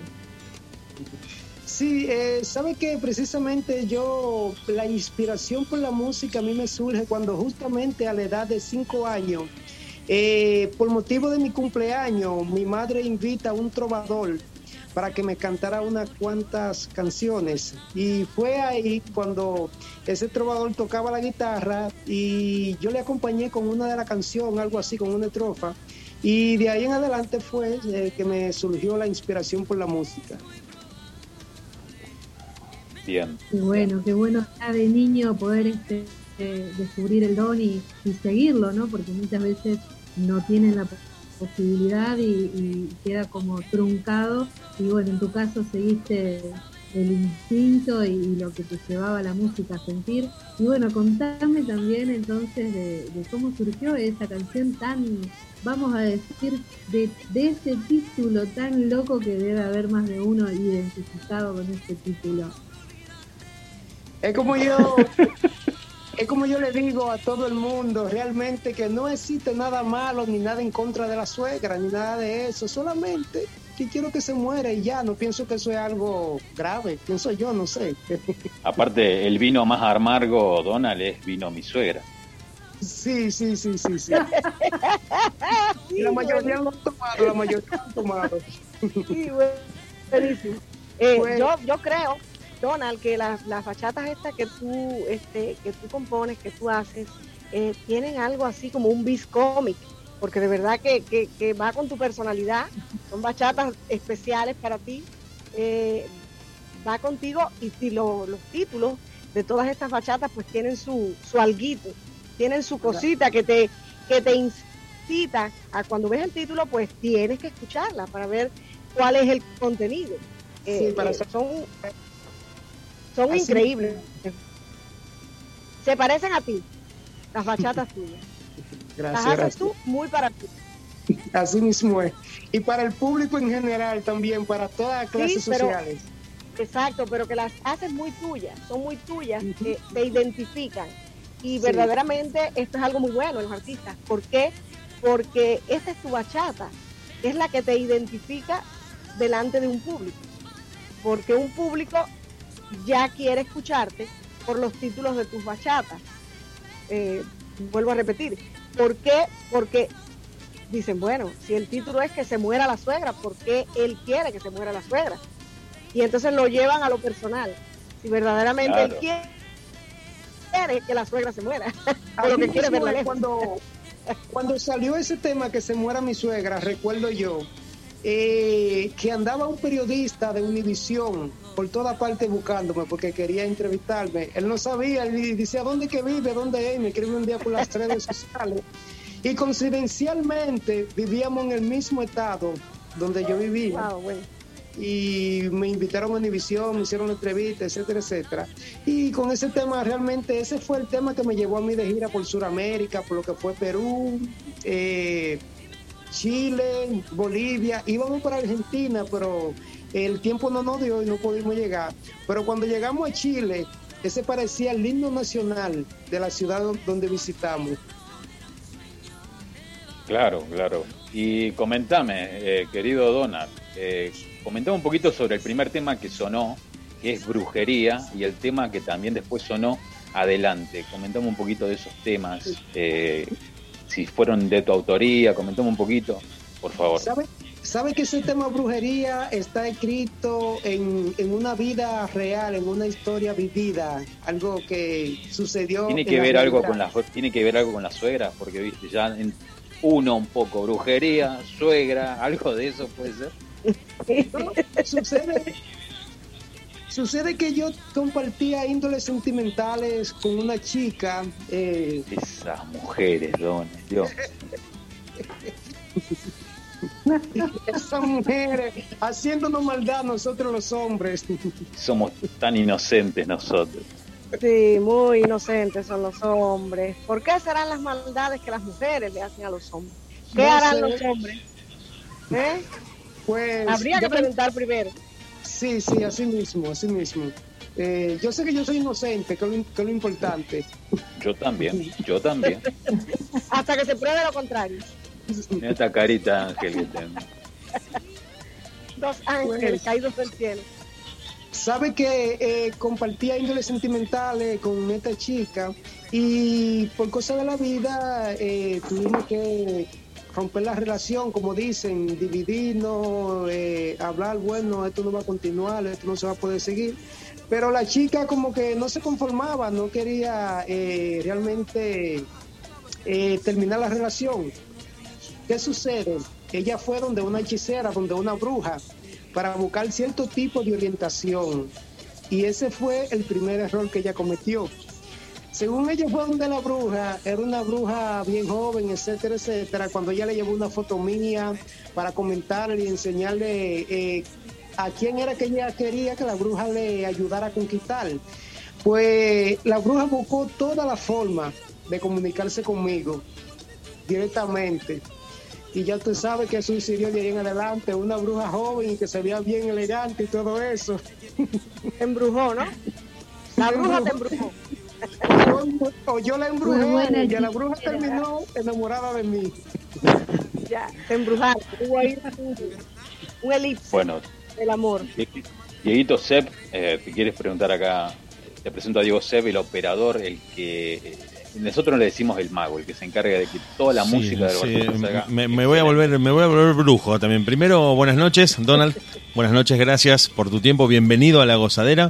Sí, eh, sabe que precisamente yo, la inspiración por la música a mí me surge cuando justamente a la edad de cinco años, eh, por motivo de mi cumpleaños, mi madre invita a un trovador para que me cantara unas cuantas canciones. Y fue ahí cuando ese trovador tocaba la guitarra y yo le acompañé con una de las canciones, algo así, con una estrofa. Y de ahí en adelante fue eh, que me surgió la inspiración por la música. Bien. Qué bueno, qué bueno ya de niño poder este, eh, descubrir el don y, y seguirlo, ¿no? Porque muchas veces no tienen la posibilidad y, y queda como truncado. Y bueno, en tu caso seguiste el instinto y, y lo que te llevaba la música a sentir. Y bueno, contame también entonces de, de cómo surgió esa canción tan, vamos a decir, de, de ese título tan loco que debe haber más de uno identificado con ese título. Es como yo, es como yo le digo a todo el mundo, realmente que no existe nada malo ni nada en contra de la suegra, ni nada de eso, solamente que quiero que se muera y ya, no pienso que eso es algo grave, pienso yo, no sé. Aparte, el vino más amargo, Donald, es vino mi suegra. Sí, sí, sí, sí, sí. Y la mayoría lo han tomado, la mayoría lo han tomado. Sí, buenísimo. Eh, Bueno. yo, yo creo Donald, que las, las bachatas estas que tú, este, que tú compones, que tú haces, eh, tienen algo así como un bis cómic, porque de verdad que, que, que va con tu personalidad, son bachatas especiales para ti, eh, va contigo y, y lo, los títulos de todas estas bachatas pues tienen su, su alguito, tienen su cosita que te, que te incita a cuando ves el título pues tienes que escucharla para ver cuál es el contenido. Eh, Sí, para eh, son son Así- increíbles. Se parecen a ti, las bachatas tuyas. Gracias, Las haces gracias. tú muy para ti. Así mismo es. Y para el público en general también, para todas las clases Sí, pero- sociales. Exacto, pero que las haces muy tuyas, son muy tuyas, que te identifican. Y Sí. verdaderamente esto es algo muy bueno en los artistas. ¿Por qué? Porque esta es tu bachata, es la que te identifica delante de un público. Porque un público ya quiere escucharte por los títulos de tus bachatas. Eh, vuelvo a repetir. ¿Por qué? Porque dicen, bueno, si el título es que se muera la suegra, ¿por qué él quiere que se muera la suegra? Y entonces lo llevan a lo personal. Si verdaderamente Claro. él quiere, quiere que la suegra se muera, o Así lo que quiere mismo verla es lejos. cuando, cuando salió ese tema que se muera mi suegra, recuerdo yo, eh, que andaba un periodista de Univisión por toda parte buscándome porque quería entrevistarme. Él no sabía, él decía, ¿dónde que vive? ¿Dónde es? Me escribe un día por las redes sociales. Y coincidencialmente vivíamos en el mismo estado donde yo vivía. Wow, bueno. Y me invitaron a Univisión, me hicieron una entrevista, etcétera, etcétera. Y con ese tema, realmente ese fue el tema que me llevó a mí de gira por Sudamérica, por lo que fue Perú, eh, Chile, Bolivia. Íbamos para Argentina, pero el tiempo no nos dio y no pudimos llegar. Pero cuando llegamos a Chile, ese parecía el himno nacional de la ciudad donde visitamos. Claro, claro. Y comentame, eh, querido Donald, eh, comentame un poquito sobre el primer tema que sonó, que es Brujería, y el tema que también después sonó, Adelante. Comentame un poquito de esos temas, eh, si fueron de tu autoría, comentame un poquito, por favor. ¿Sabe, sabe que ese tema brujería está escrito en, en una vida real, en una historia vivida, algo que sucedió? Tiene en que la ver algo realidad? con las tiene que ver algo con la suegra, porque viste ya en uno un poco brujería, suegra, algo de eso puede ser. No, sucede, sucede que yo compartía índoles sentimentales con una chica. Eh, Esas mujeres, Don, Dios. esas mujeres haciéndonos maldad nosotros los hombres. Somos tan inocentes nosotros. Sí, muy inocentes son los hombres. ¿Por qué serán las maldades que las mujeres le hacen a los hombres? ¿Qué No harán sé. los hombres? ¿Eh? Pues Habría que yo- preguntar primero. Sí, sí, así mismo, así mismo. Eh, yo sé que yo soy inocente, que es lo, que es lo importante. Yo también, yo también. Hasta que se pruebe lo contrario. Mira esta carita, Ángel, que tengo. Dos ángeles Pues- caídos del cielo. Sabe que eh, compartía índoles sentimentales con esta chica y por cosas de la vida eh, tuvimos que romper la relación, como dicen, dividirnos, eh, hablar, bueno, esto no va a continuar, esto no se va a poder seguir. Pero la chica como que no se conformaba, no quería eh, realmente eh, terminar la relación. ¿Qué sucede? Ella fue donde una hechicera, donde una bruja, para buscar cierto tipo de orientación. Y ese fue el primer error que ella cometió. Según ella fue donde la bruja, era una bruja bien joven, etcétera, etcétera, cuando ella le llevó una foto mía para comentarle y enseñarle eh, a quién era que ella quería que la bruja le ayudara a conquistar. Pues la bruja buscó toda la forma de comunicarse conmigo directamente. Y ya tú sabes que sucedió de ahí en adelante, una bruja joven y que se veía bien elegante y todo eso. Te embrujó, ¿no? La bruja te embrujó. O yo la embrujé, Muy buena y la bruja hechicera. terminó enamorada de mí. Ya, te embrujaron. Hubo ahí un, un elipse Bueno, del amor. Dieguito Sepp, eh, te quieres preguntar acá, te presento a Diego Sepp, el operador, el que eh, nosotros le decimos el mago, el que se encarga de que toda la Sí, música del sí, barco salga. me, me voy a volver me voy a volver brujo también. Primero, buenas noches, Donald. Buenas noches, gracias por tu tiempo. Bienvenido a La Gozadera.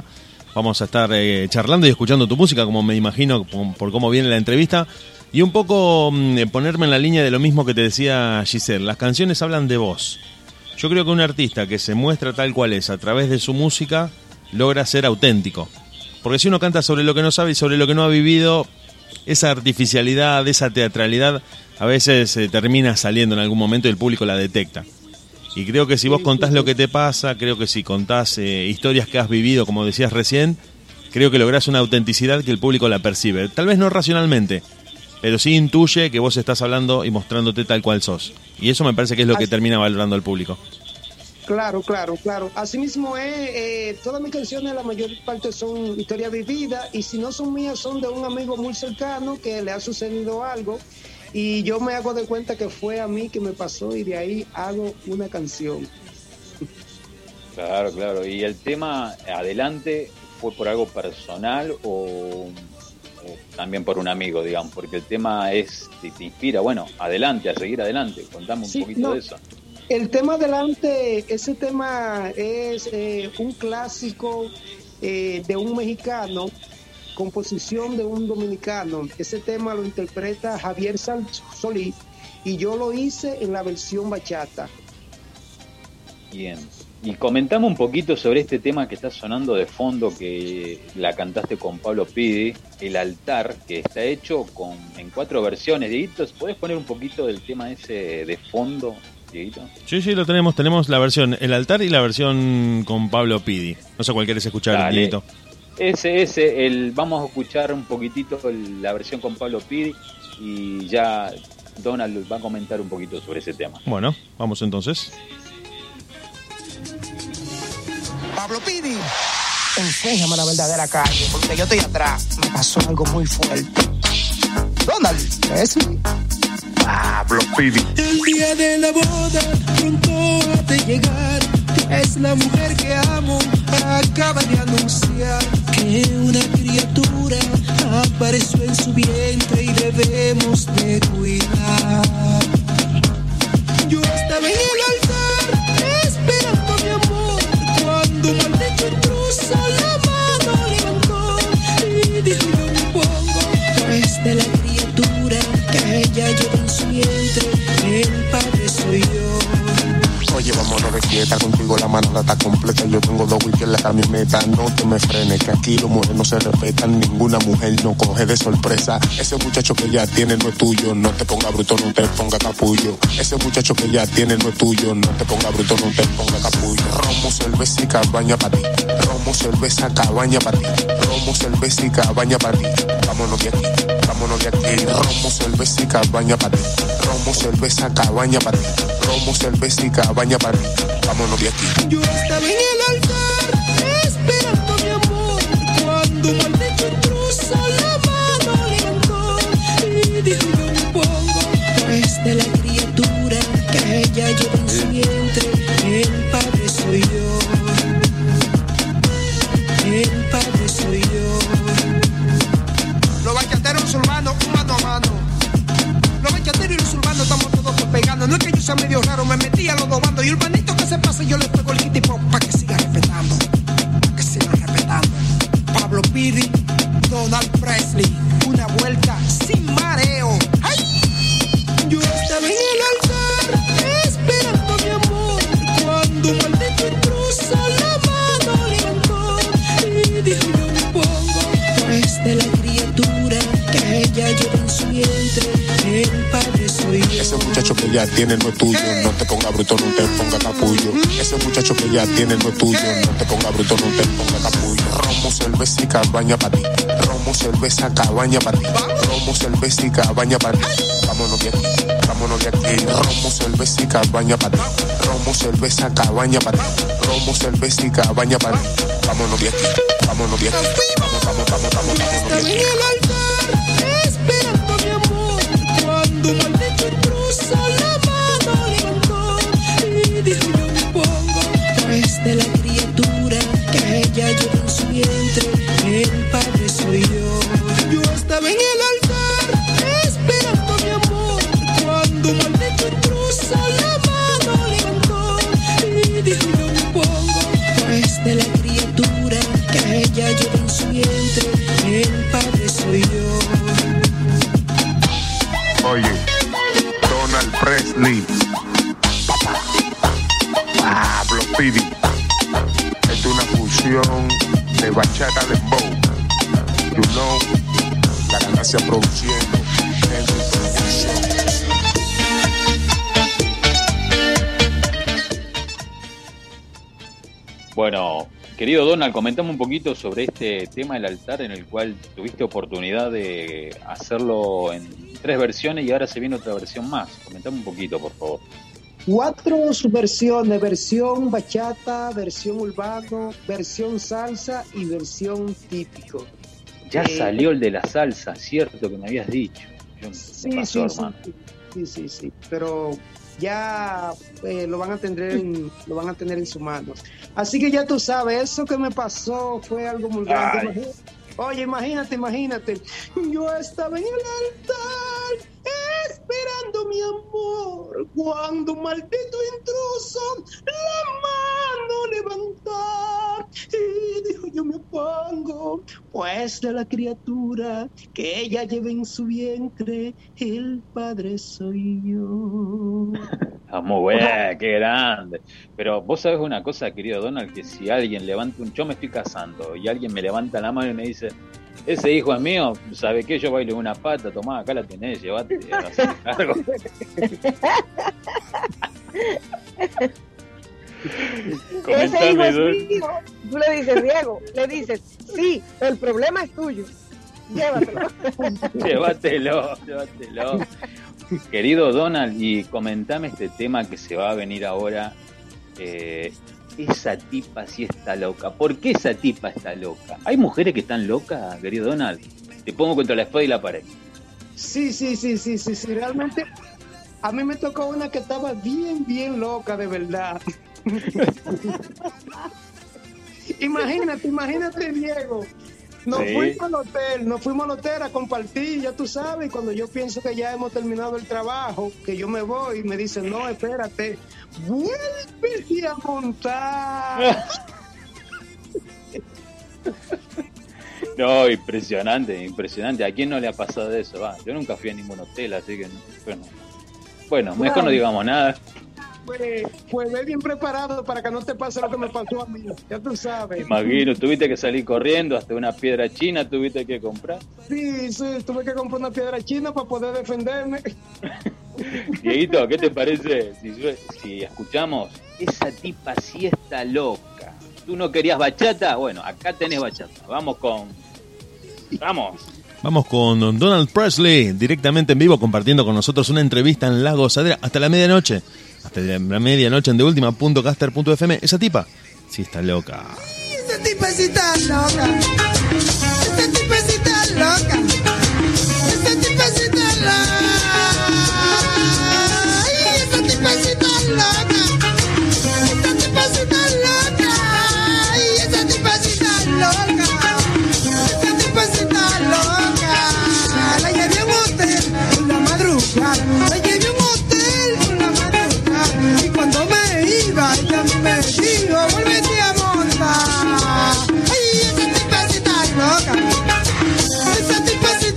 Vamos a estar eh, charlando y escuchando tu música, como me imagino, por, por cómo viene la entrevista. Y un poco eh, ponerme en la línea de lo mismo que te decía Giselle. Las canciones hablan de vos. Yo creo que un artista que se muestra tal cual es a través de su música logra ser auténtico. Porque si uno canta sobre lo que no sabe y sobre lo que no ha vivido, esa artificialidad, esa teatralidad, a veces eh, termina saliendo en algún momento y el público la detecta. Y creo que si vos contás lo que te pasa, creo que si contás eh, historias que has vivido, como decías recién, creo que lográs una autenticidad que el público la percibe. Tal vez no racionalmente, pero sí intuye que vos estás hablando y mostrándote tal cual sos. Y eso me parece que es lo que termina valorando el público. Claro, claro, claro. Asimismo es, eh, todas mis canciones, la mayor parte son historias vividas, y si no son mías, son de un amigo muy cercano que le ha sucedido algo, y yo me hago de cuenta que fue a mí que me pasó, y de ahí hago una canción. Claro, claro. ¿Y el tema Adelante fue por algo personal o, o también por un amigo, digamos? Porque el tema es, te, te inspira, bueno, adelante, a seguir adelante. Contame un Sí, poquito no. de eso. El tema Adelante, ese tema es eh, un clásico eh, de un mexicano, composición de un dominicano. Ese tema lo interpreta Javier Solís y yo lo hice en la versión bachata. Bien. Y comentame un poquito sobre este tema que está sonando de fondo, que la cantaste con Pablo Pidi, El Altar, que está hecho con en cuatro versiones. Dieguito, ¿podés poner un poquito del tema ese de fondo, Dieguito? Sí, sí, lo tenemos. Tenemos la versión El Altar y la versión con Pablo Pidi. No sé cuál querés escuchar, Dale. Dieguito. Ese, ese, el, vamos a escuchar un poquitito el, la versión con Pablo Pidi y ya Donald va a comentar un poquito sobre ese tema. Bueno, vamos entonces. Pablo Pidi, enséñame la verdadera calle, porque yo estoy atrás. Me pasó algo muy fuerte. Donald, ¿es? Pablo Pidi. El día de la boda pronto ha de llegar. Es la mujer que amo, acaba de anunciar que una criatura apareció en su vientre y debemos de cuidar. Yo estaba en el altar esperando mi amor cuando un maldito intruso la mano levantó y dijo: yo me pongo pues de la criatura que ella lleva en su vientre, el padre soy yo. Oye, vámonos de quieta, contigo la manada está completa. Yo tengo dos wikis en la camioneta, no te me frenes, que aquí los mujeres no se respetan, ninguna mujer no coge de sorpresa. Ese muchacho que ya tiene no es tuyo, no te ponga bruto, no te ponga capullo. Ese muchacho que ya tiene no es tuyo, no te ponga bruto, no te ponga capullo. Romo, cerveza y cabaña para ti. Romo, cerveza, cabaña para ti. Romo, cerveza y cabaña para ti. Vámonos de aquí, vámonos de aquí. Romo, cerveza y cabaña para ti. Romo, cerveza, cabaña para ti. Romo, cerveza y cabaña para ti. Vámonos de aquí. Yo estaba en el altar esperando mi amor cuando un maldito intruso la mano levantó y dijo: yo me pongo pues de la criatura que ella lleva en su vientre, el padre soy yo, el padre soy yo. Los bachateros urbanos, un mano a mano. Los bachateros y los urbanos estamos todos pegando. No es que yo sea medio raro, me metí a los dos bandos. Y el banito que se pase, yo le pego el kitty pop pa' que siga respetando. Pa' que siga respetando. Pablo Pidi, Donald Presley, una vuelta sin mareo. ¡Ay! Yo estaba en el altar esperando mi amor cuando un maldito intruso la mano levantó y dijo: yo me pongo pues de la criatura que ella lleva en su vientre, el padre soy yo. Ese muchacho que ya tiene no es tuyo, no te ponga bruto, no te ponga capullo. Ese muchacho que ya tiene no es tuyo, no te ponga bruto, no te ponga capullo. Romo, cerveza y cabaña para ti. Romo, cerveza, cabaña para ti. Romo, cerveza y cabaña para ti. Vámonos de aquí, vámonos de aquí. Romo, cerveza y cabaña para ti. Romo, cerveza, cabaña para ti. Romo, cerveza y cabaña para ti. Vámonos de aquí, vámonos de aquí. Vamos, vamos, vamos, vamos, vámonos de Estaba en aquí. el altar esperando mi amor cuando un maldito intruso la mano levantó y dijo: yo me pongo pues de la criatura que ella lleva en su vientre, el padre soy yo. Yo estaba en el altar esperando mi amor cuando un maldito intruso la mano levantó y dijo: yo me pongo pues de la criatura que ella lleva Lee, Pablo Pidi. Esto es una fusión de bachata dembow. You know, la ganancia produciendo. Bueno, querido Donald, comentame un poquito sobre este tema del altar en el cual tuviste oportunidad de hacerlo en tres versiones y ahora se viene otra versión más. Comentame un poquito, por favor. Cuatro subversiones, versión bachata, versión urbano, versión salsa y versión típico. Ya eh, salió el de la salsa, cierto que me habías dicho. Yo, sí, me pasó, sí, hermano. sí, sí, sí, sí, pero ya eh, lo van a tener en, lo van a tener en sus manos. Así que ya tú sabes, eso que me pasó fue algo muy grande. Ay. Imagínate, oye, imagínate, imagínate. Yo estaba en el altar esperando mi amor cuando un maldito intruso la mano levantó y dijo: yo me opongo pues de la criatura que ella lleva en su vientre, el padre soy yo. Ah, muy buena, qué grande. Pero vos sabés una cosa, querido Donald, que si alguien levanta un... Yo me estoy casando y alguien me levanta la mano y me dice: ese hijo es mío, ¿sabe qué? Yo bailo una pata, tomá, acá la tenés, llevate. Algo. Ese hijo es mío. Tú le dices: Diego, le dices: sí, el problema es tuyo. Llévatelo. Llévatelo, llévatelo. Querido Donald, y comentame este tema que se va a venir ahora. Eh, esa tipa sí está loca. ¿Por qué esa tipa está loca? ¿Hay mujeres que están locas, querido Donald? Te pongo contra la espada y la pared. Sí, sí, sí, sí, sí, sí. Realmente a mí me tocó una que estaba bien, bien loca, de verdad. Imagínate, imagínate, Diego. Nos Sí. fuimos al hotel, nos fuimos al hotel a compartir, ya tú sabes, y cuando yo pienso que ya hemos terminado el trabajo, que yo me voy, me dicen: no, espérate, vuelve a montar. No, impresionante, impresionante. ¿A quién no le ha pasado eso? Va, yo nunca fui a ningún hotel, así que bueno. Bueno, mejor Bueno. no digamos nada. Pues, pues ve bien preparado para que no te pase lo que me pasó a mí, ya tú sabes. Imagino, tuviste que salir corriendo hasta una piedra china, tuviste que comprar. Sí, sí, tuve que comprar una piedra china para poder defenderme. Dieguito, ¿qué te parece si, si escuchamos? Esa tipa sí está loca. ¿Tú no querías bachata? Bueno, acá tenés bachata. Vamos con... Vamos. Vamos con Donald Presley, directamente en vivo, compartiendo con nosotros una entrevista en La Gozadera hasta la medianoche. Hasta la medianoche en de última punto caster punto f m. Esa tipa sí está loca. Esa tipa sí está loca. Esa tipa sí está loca. Esa tipa sí está loca. Ay, esa tipa sí está loca. Esa tipa sí está loca. Ay, esa tipa sí está loca. Esa tipa sí está loca. La llevé a un hotel por la madrugada. La llevé a un hotel por la madrugada. Y cuando me iba, ella me dijo: vuélvete a montar. Ay, esa tipa sí está loca. Esa tipa sí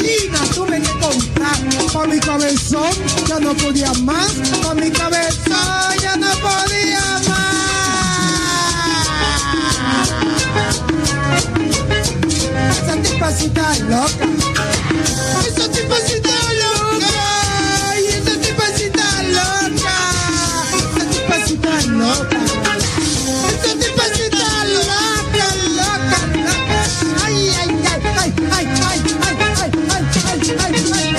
China tuve que comprar. Pa' mi cabezón ya no podía más. Pa' mi cabezón ya no podía más. Esa tipacita loca. Esa tipacita loca. Ay, esa tipacita loca. Esa tipacita loca. Esa tipacita loca, loca, loca. Ay, ay, ay, ay, ay, ay, ay, ay, ay, ay, ay,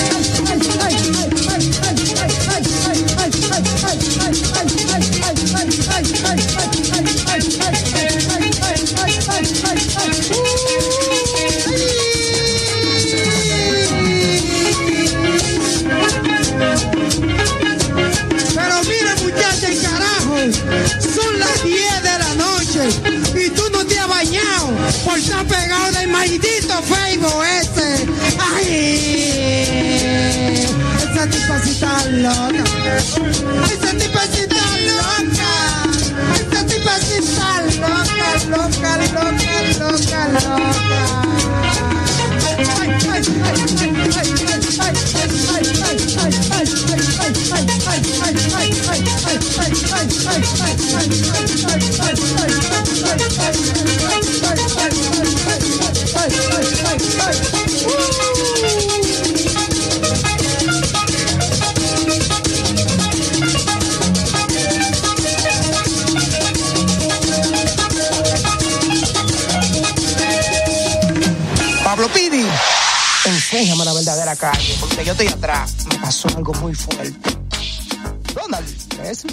pero mira, muchacha, el carajo, son las diez de la noche y tú no te has bañado por estar pegado del maldito Facebook ese. Ay, esa tipacita loca, esa tipacita loca, esa tipacita loca, loca, loca, loca, loca. Ay, ay, ay, ay, ay, ay, ay, Pablo Pidi, enséñame la verdadera calle, porque yo estoy atrás. Me pasó algo muy fuerte. Donald, ¿es?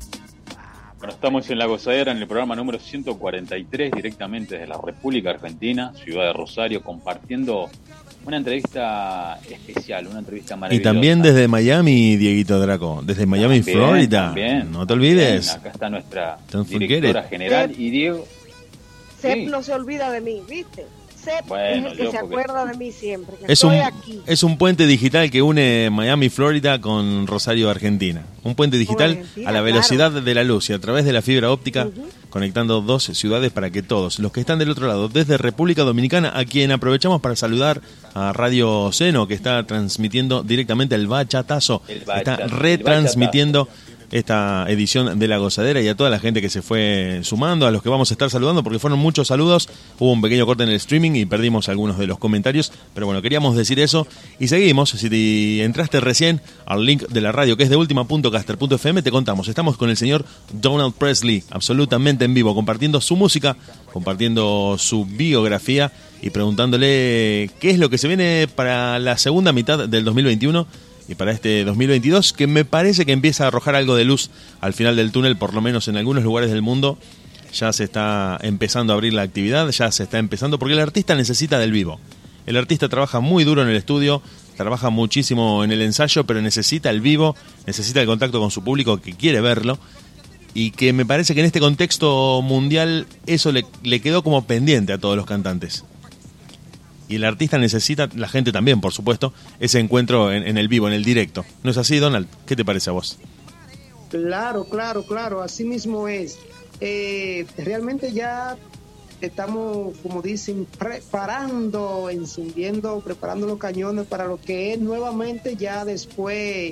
Bueno, estamos en La Gozadera, en el programa número ciento cuarenta y tres, directamente desde la República Argentina, ciudad de Rosario, compartiendo una entrevista especial, una entrevista Y maravillosa. también desde Miami, Dieguito Draco, desde Miami, También, Florida. también. No te olvides. Bien, acá está nuestra Don't forget directora it. general y Diego. Sep Sí. no se olvida de mí, ¿viste? Sep Bueno, es el que yo se porque- acuerda de mí siempre. Que Es estoy un, aquí. es un puente digital que une Miami, Florida con Rosario, Argentina. Un puente digital Argentina, a la velocidad de la luz y a través de la fibra óptica, conectando dos ciudades para que todos los que están del otro lado, desde República Dominicana, a quien aprovechamos para saludar a Radio Seno, que está transmitiendo directamente el bachatazo, El está bachata- el retransmitiendo esta edición de La Gozadera, y a toda la gente que se fue sumando, a los que vamos a estar saludando, porque fueron muchos saludos. Hubo un pequeño corte en el streaming y perdimos algunos de los comentarios, pero bueno, queríamos decir eso y seguimos. Si te entraste recién al link de la radio, que es de ultima punto caster punto f m, te contamos, estamos con el señor Donald Presley, absolutamente en vivo, compartiendo su música, compartiendo su biografía y preguntándole qué es lo que se viene para la segunda mitad del dos mil veintiuno y para este dos mil veintidós, que me parece que empieza a arrojar algo de luz al final del túnel, por lo menos en algunos lugares del mundo. Ya se está empezando a abrir la actividad, ya se está empezando, porque el artista necesita del vivo. El artista trabaja muy duro en el estudio, trabaja muchísimo en el ensayo, pero necesita el vivo, necesita el contacto con su público que quiere verlo, y que me parece que en este contexto mundial eso le, le quedó como pendiente a todos los cantantes. Y el artista necesita, la gente también, por supuesto, ese encuentro en, en el vivo, en el directo. ¿No es así, Donald? ¿Qué te parece a vos? Claro, claro, claro, así mismo es. Eh, realmente ya estamos, como dicen, preparando, encendiendo, preparando los cañones para lo que es nuevamente ya después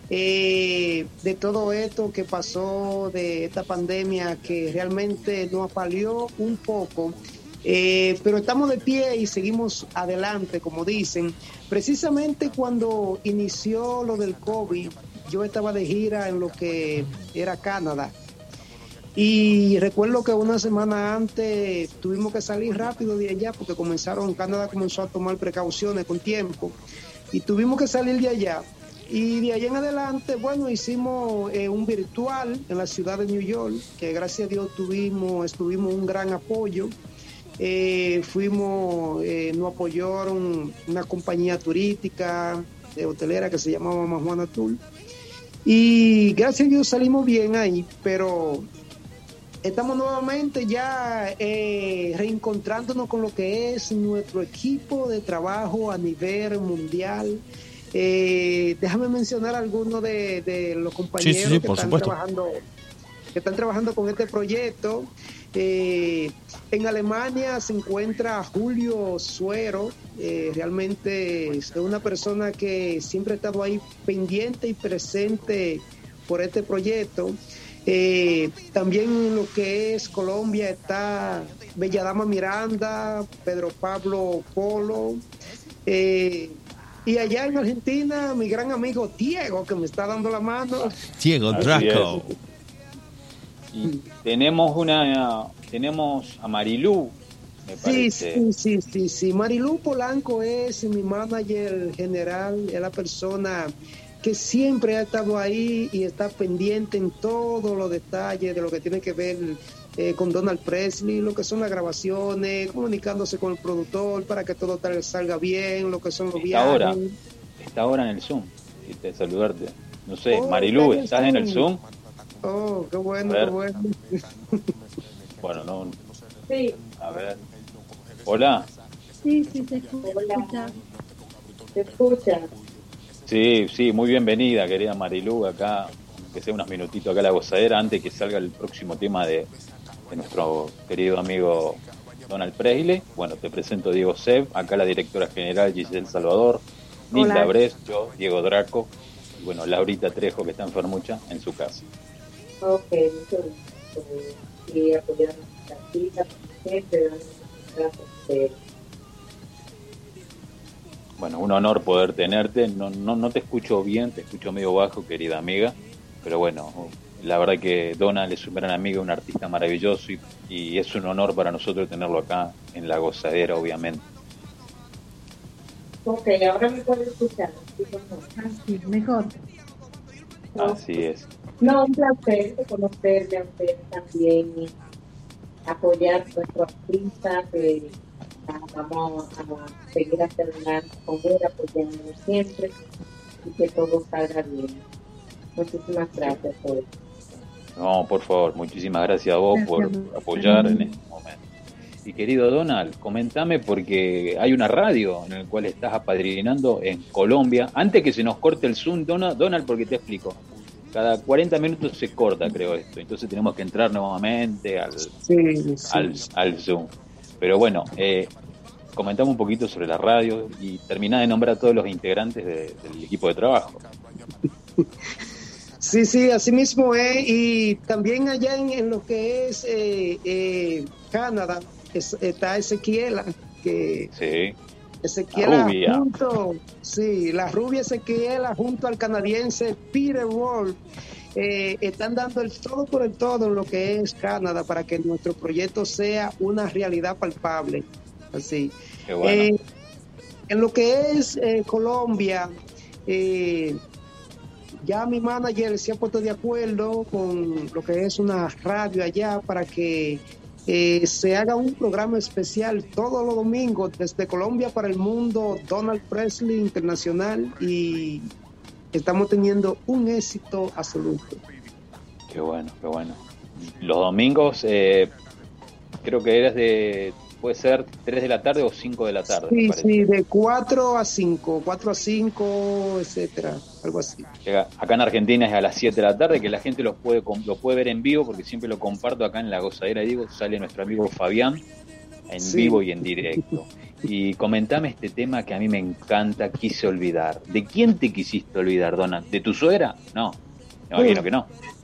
eh, de todo esto que pasó, de esta pandemia que realmente nos apaleó un poco. Eh, pero estamos de pie y seguimos adelante, como dicen. Precisamente cuando inició lo del COVID, yo estaba de gira en lo que era Canadá, y recuerdo que una semana antes tuvimos que salir rápido de allá porque comenzaron, Canadá comenzó a tomar precauciones con tiempo y tuvimos que salir de allá. Y de allá en adelante, bueno, hicimos eh, un virtual en la ciudad de New York, que gracias a Dios tuvimos, estuvimos un gran apoyo. Eh, fuimos, eh, nos apoyaron una compañía turística, de hotelera, que se llamaba Majuana Tour, y gracias a Dios salimos bien ahí, pero estamos nuevamente ya eh, reencontrándonos con lo que es nuestro equipo de trabajo a nivel mundial. Eh, déjame mencionar algunos de, de los compañeros Sí, sí, sí, que por están supuesto. trabajando que están trabajando con este proyecto. Eh, en Alemania se encuentra Julio Suero, eh, realmente es una persona que siempre ha estado ahí pendiente y presente por este proyecto. Eh, también en lo que es Colombia está Belladama Miranda, Pedro Pablo Polo, eh, y allá en Argentina mi gran amigo Diego, que me está dando la mano. Diego Draco. Y tenemos una, tenemos a Marilú, me Sí, parece. sí, sí, sí, sí. Marilú Polanco es mi manager general, es la persona que siempre ha estado ahí y está pendiente en todos los detalles de lo que tiene que ver eh, con Donald Presley, lo que son las grabaciones, comunicándose con el productor para que todo tal salga bien, lo que son los Está viajes. ahora, está ahora en el Zoom, y te saludarte. No sé, Oh, Marilú, está ¿estás en en el el Zoom. Zoom? Oh, qué bueno, A ver. qué bueno. Bueno, no, Sí, a ver. Hola. sí, sí, se escucha. ¿Se escucha? Sí, sí, muy bienvenida, querida Marilú, acá, que sea unos minutitos acá a la gozadera, antes que salga el próximo tema de, de nuestro querido amigo Donald Presley. Bueno, te presento a Diego Seb, acá la directora general Giselle Salvador, Nilda Hola. Bres, yo, Diego Draco, y bueno, Laurita Trejo, que está enfermucha, en su casa. Ok, mucho gusto. Y apoyar nuestra cita, siempre dando gracias a ustedes. Bueno, un honor poder tenerte. No, no, no te escucho bien, te escucho medio bajo, querida amiga. Pero bueno, la verdad que Donald es un gran amigo, un artista maravilloso y, y es un honor para nosotros tenerlo acá en La Gozadera, obviamente. Ok, ahora me pueden escuchar. ¿Sí o no? Ah, sí, mejor. Así es. No, un placer de conocerle a ustedes también y apoyar a nuestro artista, que ah, vamos a seguir adelante con él, apoyándolo siempre y que todo salga bien. Muchísimas gracias por No, por favor, muchísimas gracias a vos por Gracias. apoyar en este momento. Y querido Donald, comentame porque hay una radio en la cual estás apadrinando en Colombia. Antes que se nos corte el Zoom, Donald, Donald, porque te explico. Cada cuarenta minutos se corta, creo, esto. Entonces tenemos que entrar nuevamente al, Sí, sí. al, al Zoom. Pero bueno, eh, comentame un poquito sobre la radio y terminá de nombrar a todos los integrantes de- del equipo de trabajo. Sí, sí, así mismo es. Y también allá en, en lo que es eh, eh, Canadá es- está Ezequiela, que Sí. Ezequiela La rubia. junto, sí, la rubia Ezequiela junto al canadiense Peter Wolf eh, están dando el todo por el todo en lo que es Canadá para que nuestro proyecto sea una realidad palpable. Así. Qué bueno. Eh, en lo que es eh, Colombia, eh, ya mi manager se ha puesto de acuerdo con lo que es una radio allá para que eh, se haga un programa especial todos los domingos desde Colombia para el mundo, Donald Presley Internacional, y estamos teniendo un éxito absoluto. Qué bueno, qué bueno. Los domingos, eh, creo que eres de, puede ser tres de la tarde o cinco de la tarde, me Sí, parece. sí, de cuatro a cinco, cuatro a cinco, etcétera, algo así. Llega- Acá en Argentina es a las siete de la tarde, que la gente los puede, com- lo puede ver en vivo, porque siempre lo comparto acá en La Gozadera, digo, sale nuestro amigo Fabián en Sí. vivo y en directo. Y comentame este tema que a mí me encanta, quise olvidar. ¿De quién te quisiste olvidar, Donald? ¿De tu suegra? No, me imagino que no.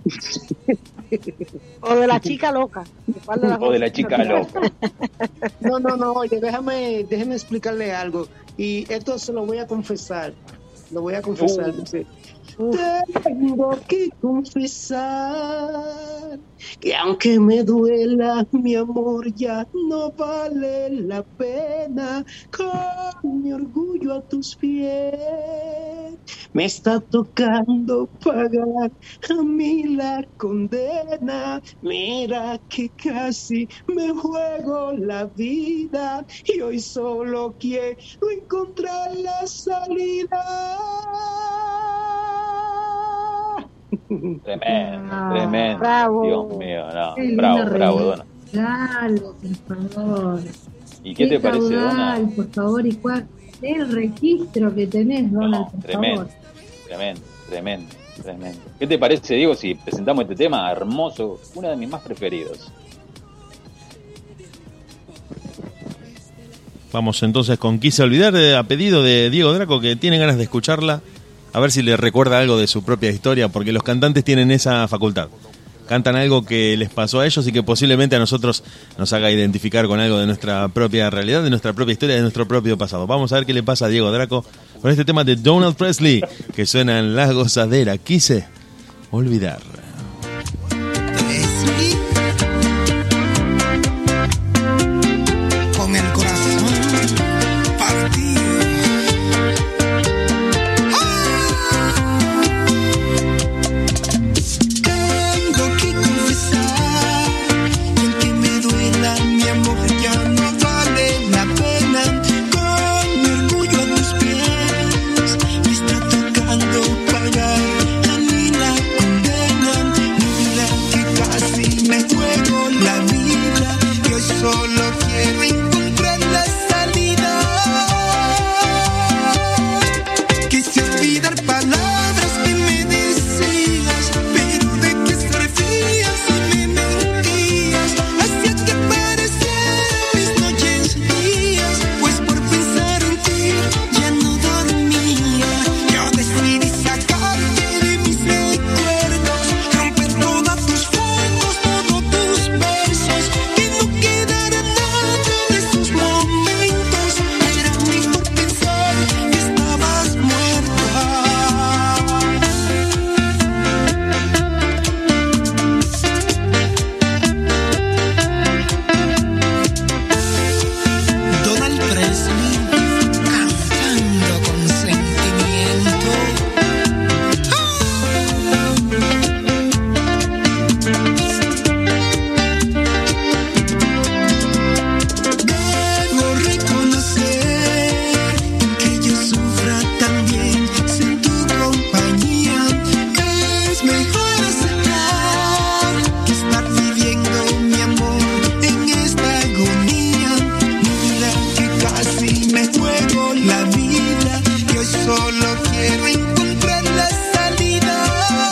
O de la chica loca. ¿Cuál de las O de la dos? chica loca. No, no, no, oye, déjame, déjeme explicarle algo. Y esto se lo voy a confesar. Lo voy a confesar. Uh. dice, tengo que confesar que aunque me duela, mi amor ya no vale la pena. Con mi orgullo a tus pies, me está tocando pagar a mí la condena. Mira que casi me juego la vida y hoy solo quiero encontrar la salida. Tremendo, Ah, tremendo. bravo. Dios mío, no. Qué lindo Bravo, bravo, Donald. regalo, por favor. ¿Y qué te parece, caudal, Donald? por favor, y cuál el registro que tenés, Donald, No, por tremendo, favor. tremendo, tremendo. Tremendo. ¿Qué te parece, Diego, si presentamos este tema hermoso, uno de mis más preferidos? Vamos entonces con Quise Olvidar, a pedido de Diego Draco, que tiene ganas de escucharla, a ver si le recuerda algo de su propia historia, porque los cantantes tienen esa facultad. Cantan algo que les pasó a ellos y que posiblemente a nosotros nos haga identificar con algo de nuestra propia realidad, de nuestra propia historia, de nuestro propio pasado. Vamos a ver qué le pasa a Diego Draco con este tema de Donald Presley, que suena en La Gozadera. Quise olvidar. Con el corazón partido. Tengo que confesar que aunque me duela, mi amor ya no vale la pena. Con mi orgullo a tus pies me está tocando pagar a mí la condena. Mira que casi me juego la vida. Yo solo quiero encontrar la salida. Quise olvidar palabras que me decías, pero de qué servías si me mentías. Hacía que parecieran mis noches días, pues por pensar en ti ya no dormía. Yo decidí sacarte de mis recuerdos, romper todas tus fotos, todos tus besos, que no quedara nada de esos momentos. Era mejor pensar que estabas muerta. Donald Presley cantando con sentimiento. Debo reconocer que yo sufra también sin tu compañía. Es mejor aceptar que estar viviendo mi amor en esta agonía. Mira que casi me juego la vida. Yo solo quiero encontrar la salida.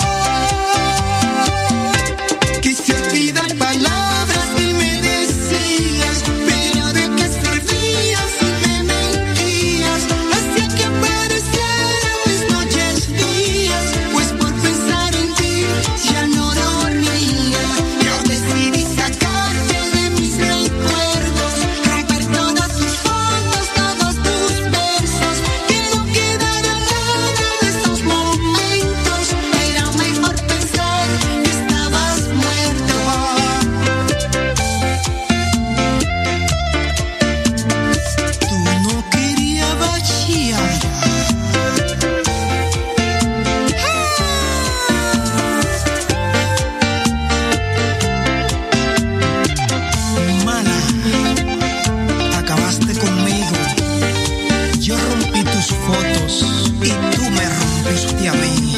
Quise olvidar palabras que me decías, pero de qué servías si me mentías. Hacía que aparecieran mis noches días, pues por pensar en ti ya no dormía. Yo decidí sacarte de mis recuerdos, romper todas tus fotos, todos tus besos, que no quedara nada de esos momentos. Era mejor pensar que estabas muerto. Tú no querías bachillar. Mala, acabaste conmigo. Yo rompí tus fotos y tú me rompiste a mí.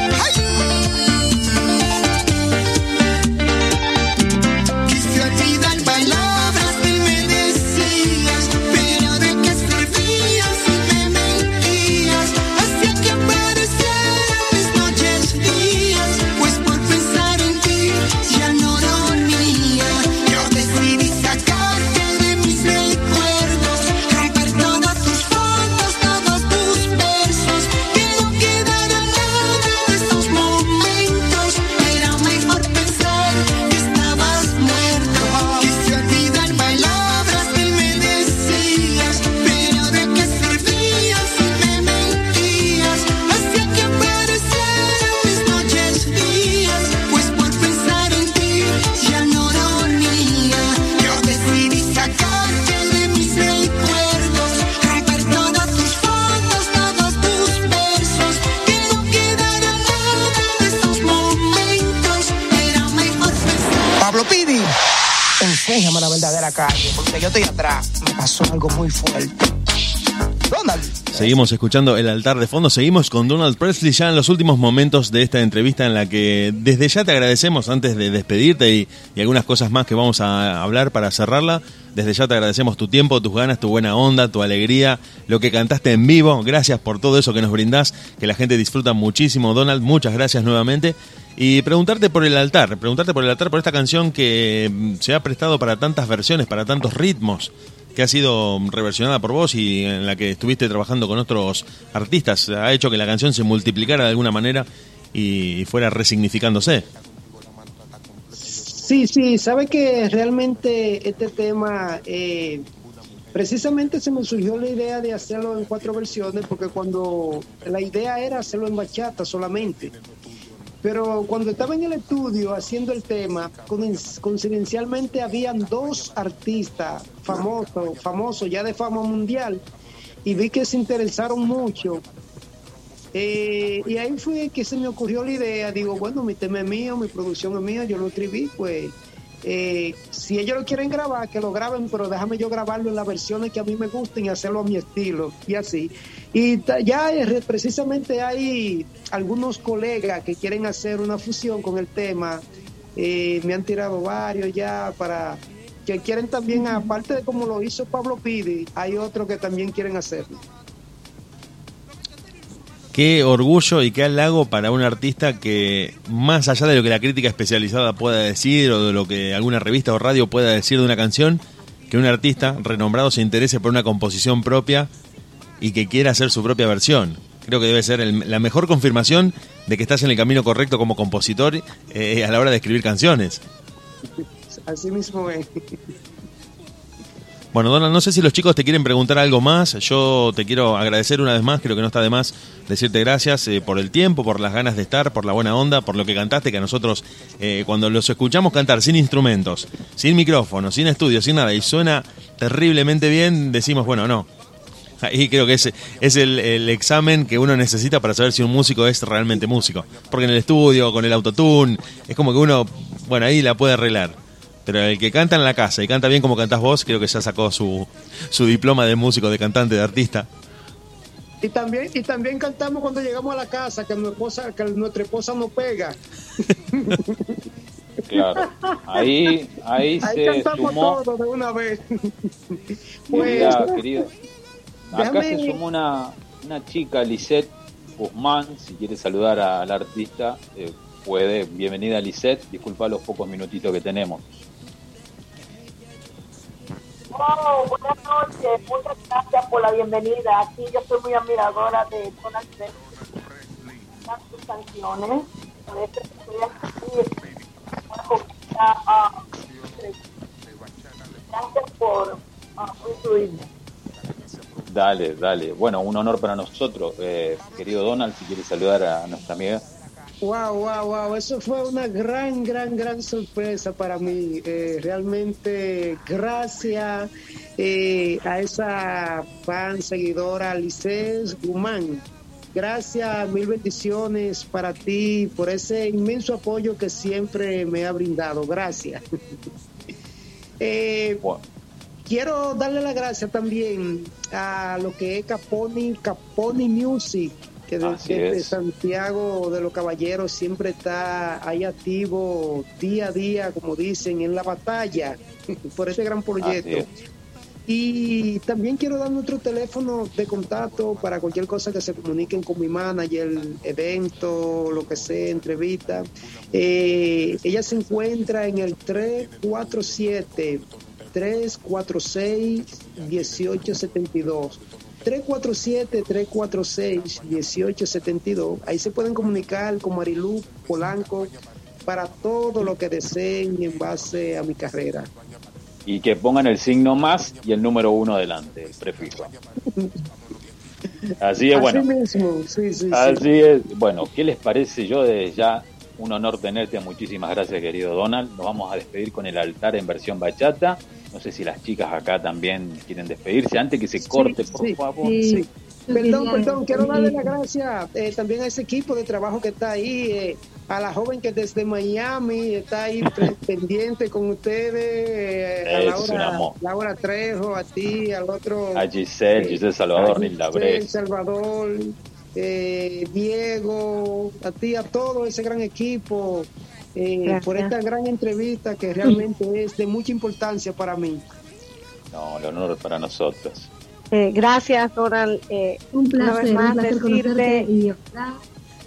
Quise olvidar palabras que me decías, pero de qué servías si me mentías. Hacía que aparecieran mis noches días, pues por pensar en ti ya no dormía. Yo decidí sacarte de mis recuerdos, romper todas tus fotos, todos tus besos, que no quedara nada de esos momentos. Era mejor pensar que estabas muerto. Quise olvidar palabras que me decías, pero de qué servías si me mentías. Hacía que aparecieran mis noches días, pues por pensar en ti ya no dormía. Yo decidí sacarte de mis recuerdos, romper todas tus fotos, todos tus besos, que no quedara nada de esos momentos. Era mejor pensar. Pablo Pidi, enséñame la verdadera calle, porque yo estoy atrás. Me pasó algo muy fuerte. Donald. Seguimos escuchando El Altar de Fondo, seguimos con Donald Presley ya en los últimos momentos de esta entrevista en la que desde ya te agradecemos antes de despedirte y, y algunas cosas más que vamos a hablar para cerrarla. Desde ya te agradecemos tu tiempo, tus ganas, tu buena onda, tu alegría, lo que cantaste en vivo. Gracias por todo eso que nos brindás, que la gente disfruta muchísimo. Donald, muchas gracias nuevamente. Y preguntarte por el altar, preguntarte por el altar, por esta canción que se ha prestado para tantas versiones, para tantos ritmos, que ha sido reversionada por vos y en la que estuviste trabajando con otros artistas. Ha hecho que la canción se multiplicara de alguna manera y fuera resignificándose. Sí, sí, sabe que realmente este tema, eh, precisamente se me surgió la idea de hacerlo en cuatro versiones, porque cuando la idea era hacerlo en bachata solamente, pero cuando estaba en el estudio haciendo el tema, coincidencialmente habían dos artistas famosos, famosos ya de fama mundial, y vi que se interesaron mucho. Eh, y ahí fue que se me ocurrió la idea, digo, bueno, mi tema es mío, mi producción es mía, yo lo escribí, pues eh, si ellos lo quieren grabar, que lo graben, pero déjame yo grabarlo en las versiones que a mí me gusten y hacerlo a mi estilo, y así. Y ta, ya eh, precisamente hay algunos colegas que quieren hacer una fusión con el tema, eh, me han tirado varios ya para que quieren también, aparte de como lo hizo Pablo Pidi, hay otros que también quieren hacerlo. Qué orgullo y qué halago para un artista que, más allá de lo que la crítica especializada pueda decir o de lo que alguna revista o radio pueda decir de una canción, que un artista renombrado se interese por una composición propia y que quiera hacer su propia versión. Creo que debe ser el, la mejor confirmación de que estás en el camino correcto como compositor eh, a la hora de escribir canciones. Así mismo es. Bueno, Donald, no sé si los chicos te quieren preguntar algo más. Yo te quiero agradecer una vez más, creo que no está de más decirte gracias eh, por el tiempo, por las ganas de estar, por la buena onda, por lo que cantaste, que a nosotros eh, cuando los escuchamos cantar sin instrumentos, sin micrófono, sin estudio, sin nada, y suena terriblemente bien, decimos, bueno, no. Ahí creo que ese es el, el examen que uno necesita para saber si un músico es realmente músico. Porque en el estudio, con el autotune, es como que uno, bueno, ahí la puede arreglar. Pero el que canta en la casa y canta bien como cantás vos, creo que ya sacó su, su diploma de músico, de cantante, de artista. Y también y también cantamos cuando llegamos a la casa, que, nuestra esposa, que nuestra esposa nos pega. Claro, ahí, ahí, ahí se cantamos sumó. todo de una vez. Pues, mira, querido, acá déjame... se sumó una, una chica, Lisette Guzmán, si quiere saludar al artista, eh, puede. Bienvenida, Lisette, disculpa los pocos minutitos que tenemos. Oh, buenas noches, muchas gracias por la bienvenida. Aquí yo soy muy admiradora de Donald Trump, sus canciones. Por eso estoy aquí. Gracias por uh, incluirme. Dale, dale. Bueno, un honor para nosotros. Eh, querido Donald, si quieres saludar a nuestra amiga. Wow, wow, wow, eso fue una gran, gran, gran sorpresa para mí. Eh, realmente, gracias eh, a esa fan seguidora, Lisette Guzmán. Gracias, mil bendiciones para ti por ese inmenso apoyo que siempre me ha brindado. Gracias. eh, wow. Quiero darle las gracias también a lo que es Caponi, Caponi Music, que desde Santiago de los Caballeros siempre está ahí activo día a día, como dicen, en la batalla por este gran proyecto. Y también quiero dar nuestro teléfono de contacto para cualquier cosa que se comuniquen con mi manager, evento, lo que sea, entrevista. Eh, ella se encuentra en el tres cuatro siete, tres cuatro seis, uno ocho siete dos. tres cuatro siete, tres cuatro seis, uno ocho siete dos. Ahí se pueden comunicar con Marilu Polanco para todo lo que deseen en base a mi carrera. Y que pongan el signo más y el número uno delante, el prefijo. Así es, bueno. Así mismo, sí, sí, Así sí. es. Bueno, ¿qué les parece? Yo desde ya, un honor tenerte. Muchísimas gracias, querido Donald. Nos vamos a despedir con el altar en versión bachata. No sé si las chicas acá también quieren despedirse. Antes que se corte, sí, por sí, favor. Sí. Perdón, perdón, quiero darle las gracias eh, también a ese equipo de trabajo que está ahí, eh, a la joven que desde Miami está ahí pendiente con ustedes, eh, a Laura, Laura Trejo, a ti, al otro... A Giselle, eh, Giselle Salvador, Nilda Bres. Salvador, eh, Diego, a ti, a todo ese gran equipo, eh, por esta gran entrevista que realmente es de mucha importancia para mí. No, el honor para nosotros. Eh, gracias, Donald. Eh, Un una vez placer, más un placer decirte, conocerte y ojalá.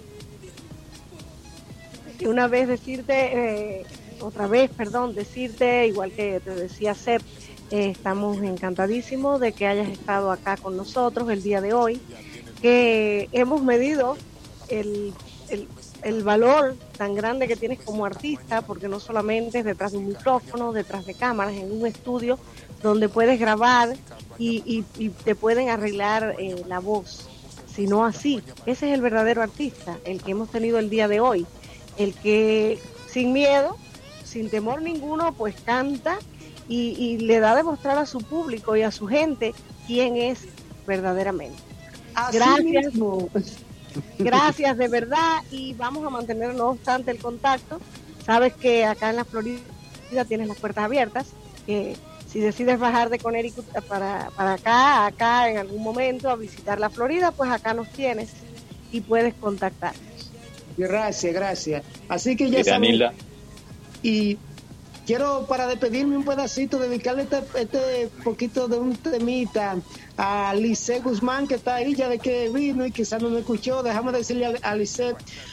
y una vez decirte, eh, otra vez, perdón, decirte, igual que te decía Sep, eh, estamos encantadísimos de que hayas estado acá con nosotros el día de hoy, que hemos medido el, el, el valor tan grande que tienes como artista, porque no solamente es detrás de un micrófono, detrás de cámaras, en un estudio donde puedes grabar y, y, y te pueden arreglar eh, la voz, sino así. Ese es el verdadero artista, el que hemos tenido el día de hoy, el que sin miedo, sin temor ninguno, pues canta y, y le da a demostrar a su público y a su gente quién es verdaderamente. Así Gracias. mismo. Gracias de verdad, y vamos a mantener no obstante el contacto. Sabes que acá en la Florida tienes las puertas abiertas, que si decides bajar de Connecticut para, para acá, acá en algún momento a visitar la Florida, pues acá nos tienes y puedes contactarnos. Gracias, gracias. Así que ya Mira, saben. Nilda. Y quiero, para despedirme un pedacito, dedicarle este, este poquito de un temita a Lice Guzmán, que está ahí ya de que vino y quizás no me escuchó. Déjame decirle a, a Lice: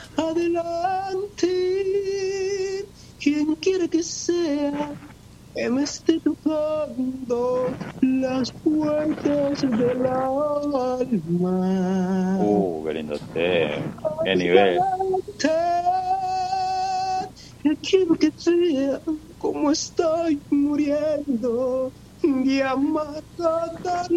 adelante, quien quiera que sea, que me esté tocando las puertas del alma. Uh, qué lindo tema. Qué nivel. Que quiero que sea como estoy muriendo de amada.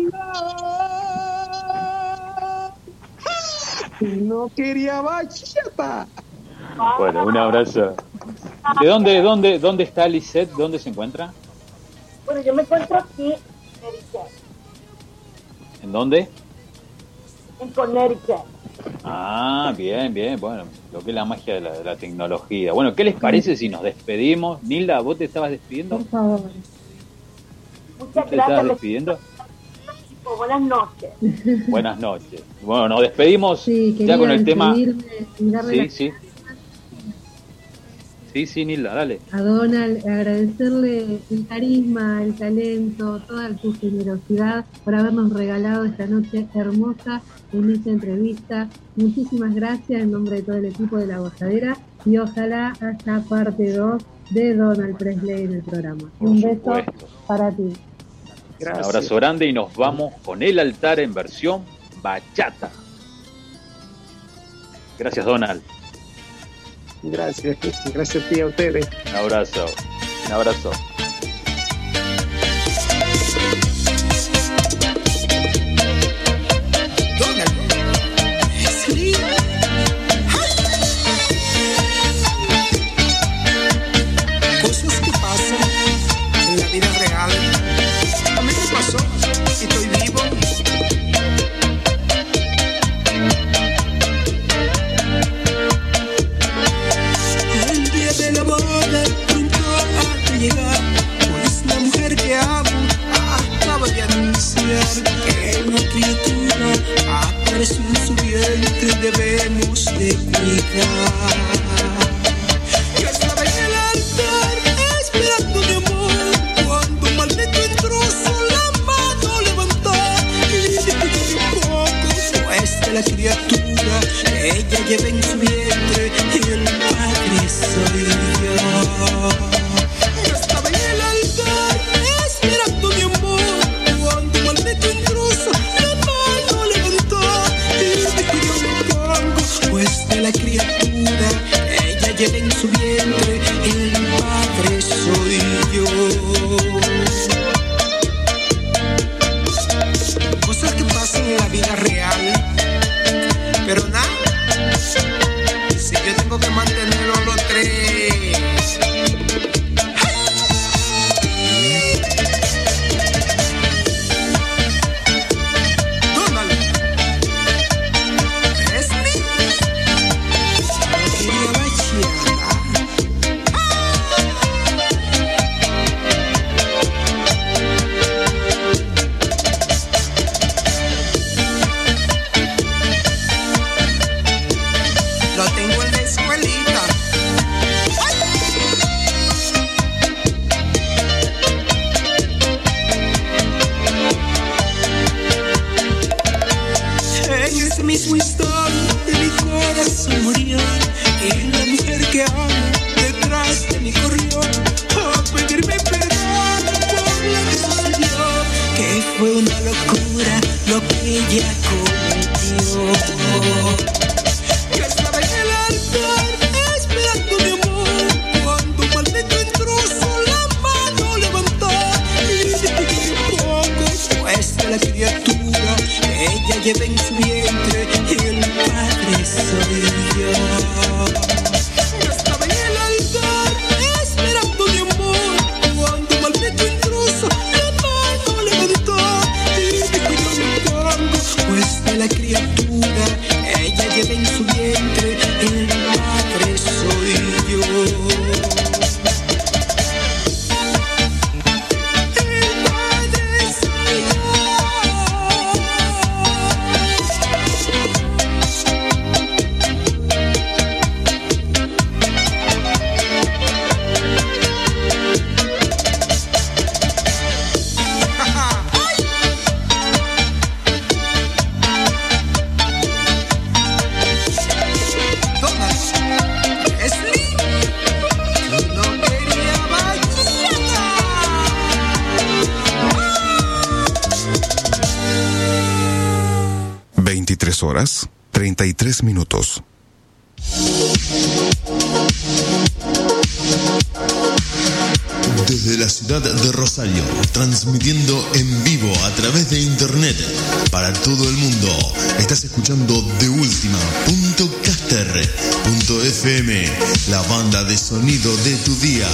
No quería bachata. Bueno, un abrazo. ¿De dónde, dónde, dónde está Lisette? ¿Dónde se encuentra? Bueno, yo me encuentro aquí en Connecticut. ¿En dónde? En Connecticut. Ah, bien, bien. Bueno, lo que es la magia de la, de la tecnología. Bueno, ¿qué les parece si nos despedimos? Nilda, ¿vos te estabas despidiendo? Por favor. Muchas ¿Te estabas gracias. despidiendo? Buenas noches. Buenas noches. Bueno, nos despedimos Sí, ya quería con el tema. despedirme y darle Sí, las sí. Sí, sí, Nilda, dale. a Donald, agradecerle el carisma, el talento, toda tu generosidad por habernos regalado esta noche hermosa en esta entrevista. Muchísimas gracias en nombre de todo el equipo de La Gozadera y ojalá haya parte dos de Donald Presley en el programa. Por Un beso supuesto. para ti. Un abrazo grande y nos vamos con El Altar en versión bachata. Gracias, Donald. Gracias, gracias a ti, a ustedes. Un abrazo. Un abrazo. Cosas que pasan en la vida real. A mí me pasó y estoy vivo. El día de la boda pronto ha de llegar, pues la mujer que amo acaba de anunciar que una criatura apareció en su vientre, debemos de cuidar. Yo estaba en el altar esperando mi amor, cuando un maldito intruso la mano levantó y le pidió un poco, pues de la criatura que ella lleva en su vientre y el padre soy yo. Yo estaba en el altar esperando mi amor, cuando un maldito intruso la mano levantó y le pidió un poco, pues de la criatura ella lleva en su vientre el padre soy yo. Cosas que pasan en la vida real, pero nada, si yo tengo que mantenerlo los tres. Donald, es mi quería bachata. Lo tengo en la escuelita. que amo detrás de mí corrió a pedirme perdón por lo que sucedió, que fue una locura lo que ella cometió. Yo estaba en el altar esperando mi amor cuando un maldito intruso la mano levantó y dijo un poco pues de la criatura que ella lleva en su vientre y el padre soy yo. Yo estaba en el altar esperando mi amor cuando un maldito intruso la mano levantó y dijo yo me pongo pues de la criatura ella lleva en su vientre el padre soy yo. veintitrés horas, treinta y tres minutos. Desde la ciudad de Rosario, transmitiendo en vivo a través de internet para todo el mundo, estás escuchando de última punto caster punto f m, la banda de sonido de tu día.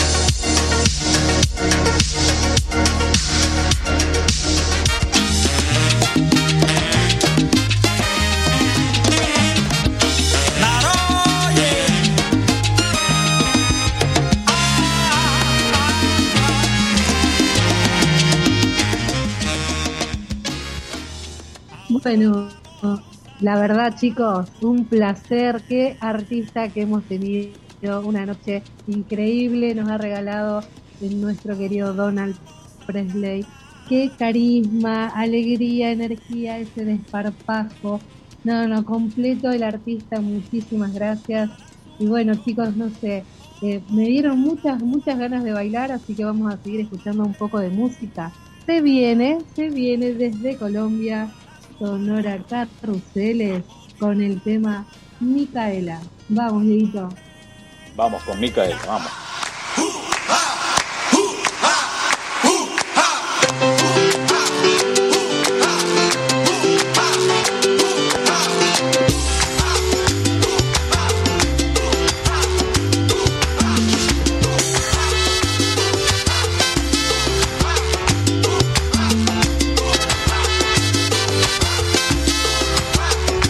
Bueno, la verdad, chicos, un placer. Qué artista que hemos tenido, una noche increíble, nos ha regalado nuestro querido Donald Presley. Qué carisma, alegría, energía, ese desparpajo. No, no, completo el artista, muchísimas gracias. Y bueno, chicos, no sé, eh, me dieron muchas, muchas ganas de bailar, así que vamos a seguir escuchando un poco de música. Se viene, se viene desde Colombia, Sonora Carruseles, con el tema Micaela. Vamos, Dieguito. Vamos con Micaela, vamos.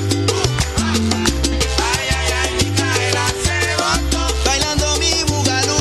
Bailando mi bugalú.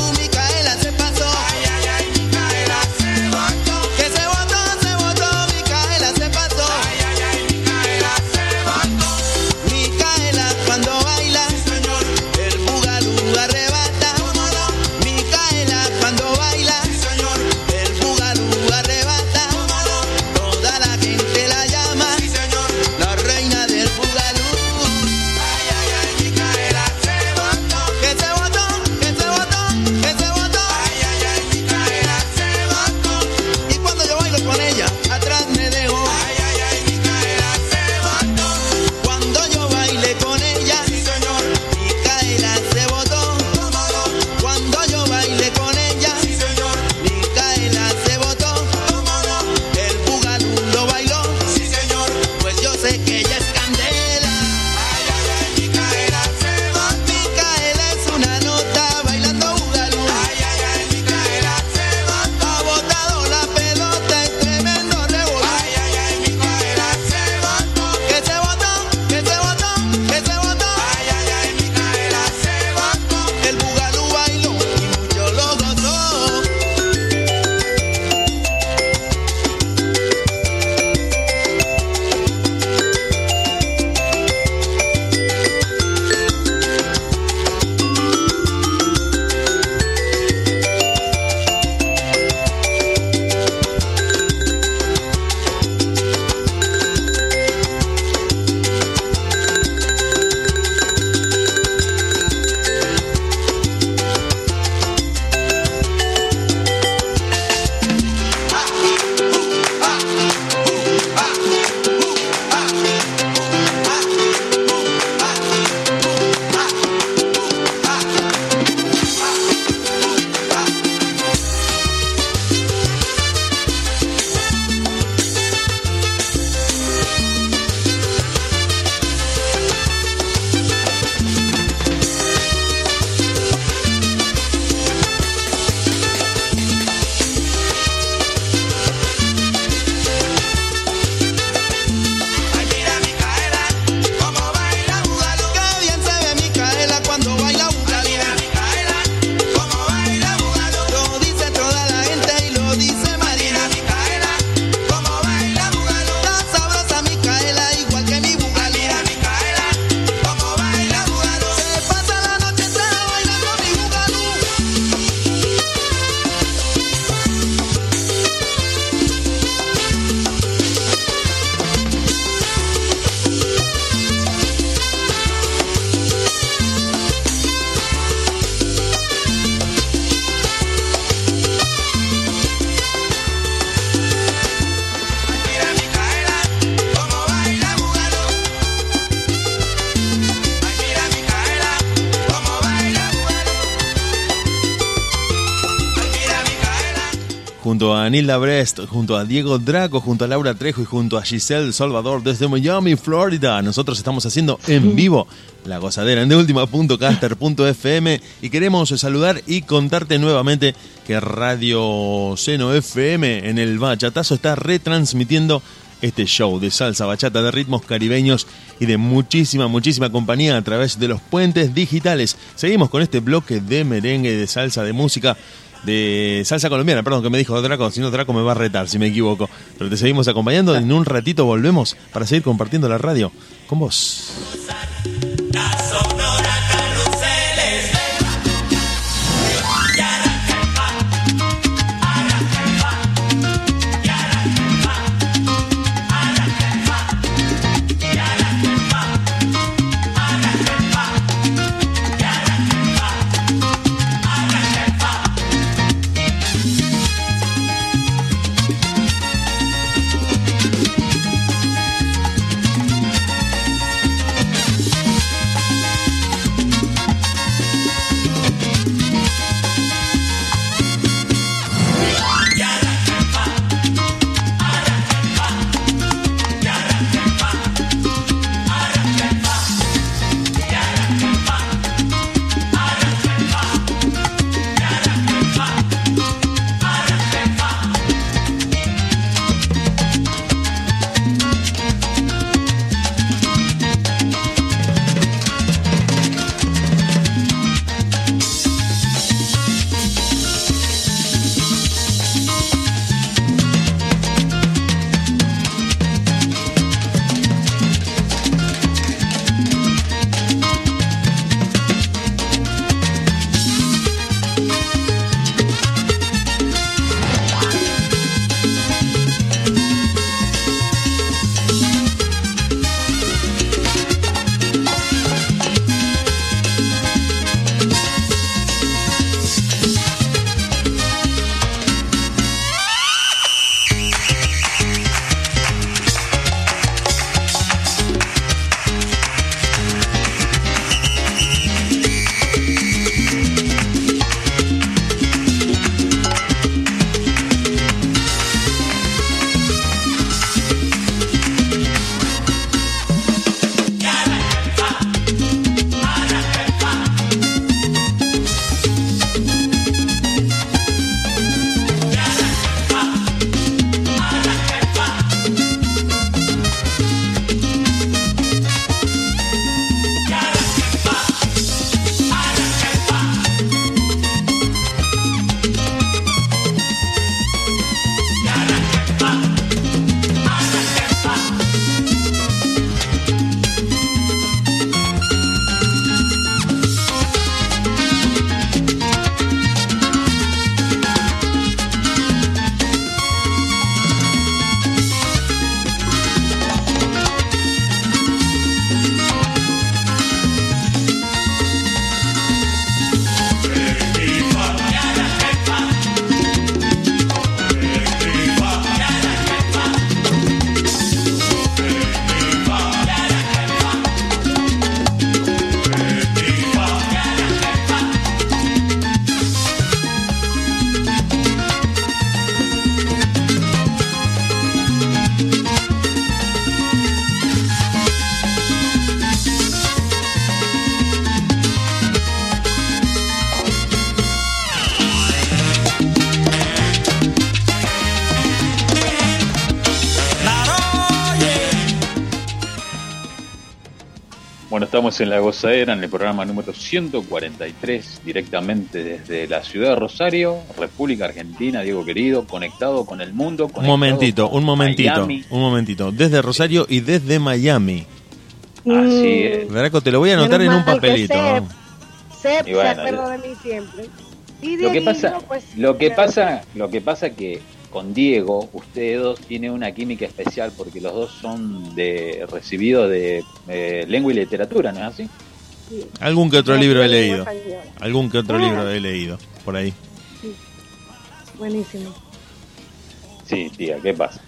junto a Nilda Brest, junto a Diego Draco, junto a Laura Trejo y junto a Giselle Salvador desde Miami, Florida. Nosotros estamos haciendo en vivo La Gozadera en de última punto caster punto f m y queremos saludar y contarte nuevamente que Radio Seno F M en el Bachatazo está retransmitiendo este show de salsa, bachata, de ritmos caribeños y de muchísima, muchísima compañía a través de los puentes digitales. Seguimos con este bloque de merengue, de salsa, de música, de salsa colombiana, perdón, que me dijo Draco, si no Draco me va a retar si me equivoco, pero te seguimos acompañando. En un ratito volvemos para seguir compartiendo la radio con vos. Bueno, estamos en La Gozadera, en el programa número ciento cuarenta y tres, directamente desde la ciudad de Rosario, República Argentina, Diego querido, conectado con el mundo. Un momentito, un momentito, Miami. un momentito. Desde Rosario y desde Miami. Así es. Draco, te lo voy a anotar en un papelito. Sep Y bueno, se acuerda de mí siempre. Y Lo que Dieguito, pasa, pues, lo que me pasa, lo que pasa que con Diego, ustedes dos tienen una química especial porque los dos son de recibidos de eh, lengua y literatura, ¿no es así? Sí. Algún que otro Sí, libro he lengua leído. española. Algún que otro Ah. libro he leído por ahí. Sí. Buenísimo. Sí, tía, ¿qué pasa?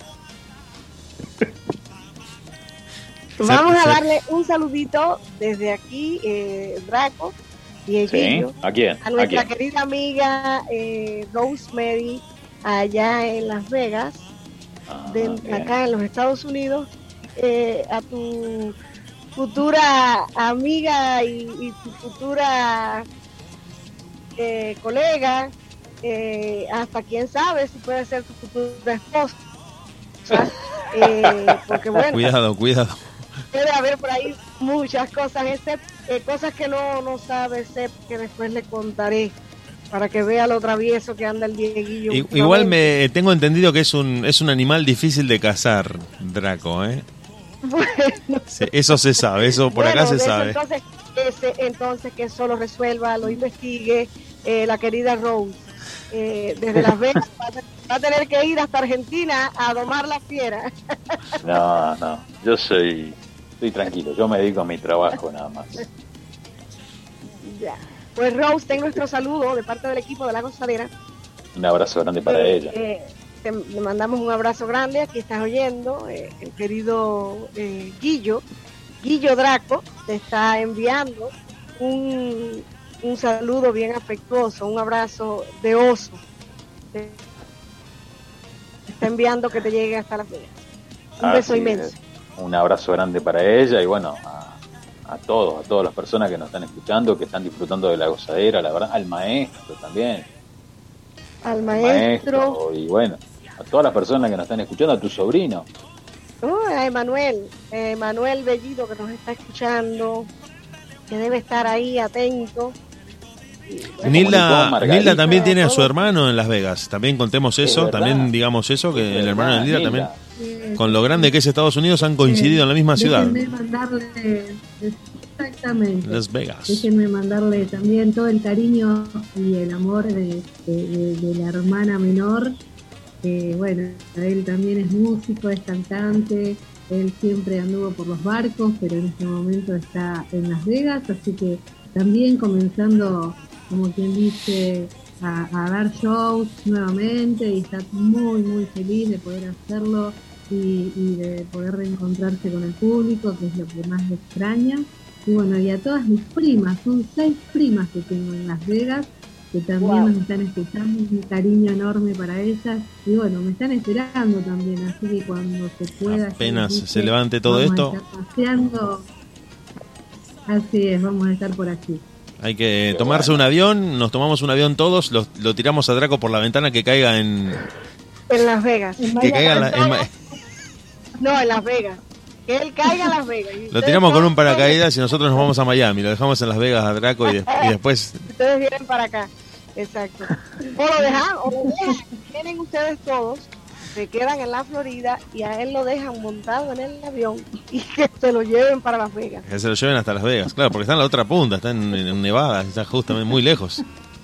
Vamos Se- a se- darle un saludito desde aquí, eh, Draco, Dieguillo, ¿Sí? ¿A quién? a nuestra ¿A quién? querida amiga eh, Rosemary allá en Las Vegas, Ah, de, bien. acá en los Estados Unidos, eh, a tu futura amiga y, y tu futura eh, colega, eh, hasta quién sabe si puede ser tu futura esposa. Eh, porque bueno, Cuidado, cuidado. debe haber por ahí muchas cosas, except, eh, cosas que no, no sabe Sep, que después le contaré para que vea lo travieso que anda el Dieguillo. I- Igual me tengo entendido que es un es un animal difícil de cazar, Draco, ¿eh? Bueno, Sí, eso se sabe, eso por bueno, acá se de eso, sabe. Entonces, ese, entonces que eso lo resuelva, lo investigue eh, la querida Rose. Eh, desde Las Vegas va a, va a tener que ir hasta Argentina a domar la fiera. No, no, yo soy, estoy tranquilo, yo me dedico a mi trabajo nada más. Ya. Pues Rose, tengo nuestro saludo de parte del equipo de La Gozadera. Un abrazo grande para Eh, ella. eh, te, le mandamos un abrazo grande, aquí estás oyendo, eh, el querido eh, Guillo, Guillo Draco, te está enviando un, un saludo bien afectuoso, un abrazo de oso. Te está enviando que te llegue hasta Las Vegas. Un beso Así inmenso. es. Un abrazo grande para ella y bueno, a, a todos, a todas las personas que nos están escuchando, que están disfrutando de La Gozadera, la verdad, al maestro también. Al maestro, y bueno, a todas las personas que nos están escuchando, a tu sobrino. oh, a Emanuel, eh, Emanuel Bellido que nos está escuchando, que debe estar ahí atento. Nilda, Margarita, Nilda también tiene a su todo. hermano en Las Vegas. También contemos Es eso, verdad. también digamos eso, que Es el verdad, hermano de Nilda Nilda. también, con lo grande que es Estados Unidos, han coincidido en la misma ciudad, Déjenme mandarle, exactamente. Las Vegas. Déjenme mandarle también todo el cariño y el amor de, de- de- de la hermana menor. Que bueno, él también es músico, es cantante, él siempre anduvo por los barcos, pero en este momento está en Las Vegas, así que también comenzando, como quien dice, a, a dar shows nuevamente y está muy, muy feliz de poder hacerlo y, y de poder reencontrarse con el público, que es lo que más le extraña. Y bueno, y a todas mis primas, son seis primas que tengo en Las Vegas, que también Wow. nos están escuchando, un cariño enorme para ellas, y bueno, me están esperando también, así que cuando se pueda... Apenas se les se dice, levante todo vamos a esto, estar paseando. Así es, vamos a estar por aquí. hay que tomarse un avión, nos tomamos un avión todos, lo, lo tiramos a Draco por la ventana que caiga en... En Las Vegas. Que caiga en la- en Ma- No, en Las Vegas. Que él caiga en Las Vegas. Y Lo ustedes tiramos con todos un paracaídas y nosotros nos vamos a Miami, lo dejamos en Las Vegas a Draco y, de- y después... Ustedes vienen para acá. Exacto. O lo dejan, o lo dejan. Vienen ustedes todos, se quedan en la Florida y a él lo dejan montado en el avión y que se lo lleven para Las Vegas. Que se lo lleven hasta Las Vegas, claro, porque está en la otra punta, está en, en Nevada, está justamente muy lejos.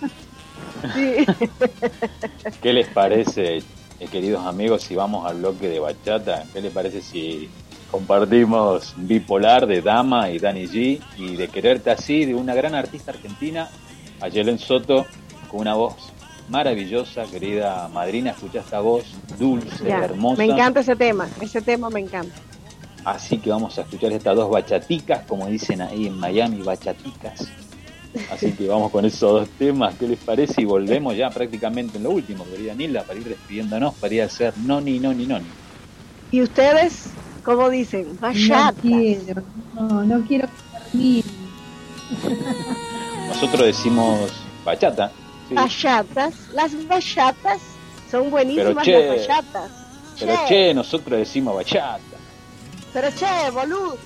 Sí. ¿Qué les parece, eh, queridos amigos, si vamos al bloque de bachata? ¿Qué les parece si compartimos Bipolar de Dama y Dani G y de Quererte Así de una gran artista argentina, Ayelen Soto, con una voz maravillosa, querida madrina? Escucha esta voz dulce, Ya, hermosa. me encanta ese tema, ese tema me encanta. Así que vamos a escuchar estas dos bachaticas, como dicen ahí en Miami, bachaticas. Así que vamos con esos dos temas, ¿qué les parece? Y volvemos ya prácticamente en lo último, querida Nilda, para ir despidiéndonos, para ir a hacer noni, noni, noni. ¿Y ustedes cómo dicen? Bachata. No quiero, no, no quiero dormir. Nosotros decimos bachata, ¿sí? Bachatas, las bachatas son buenísimas, Pero che, las bachatas. Pero che, nosotros decimos bachata. Pero che, boludo.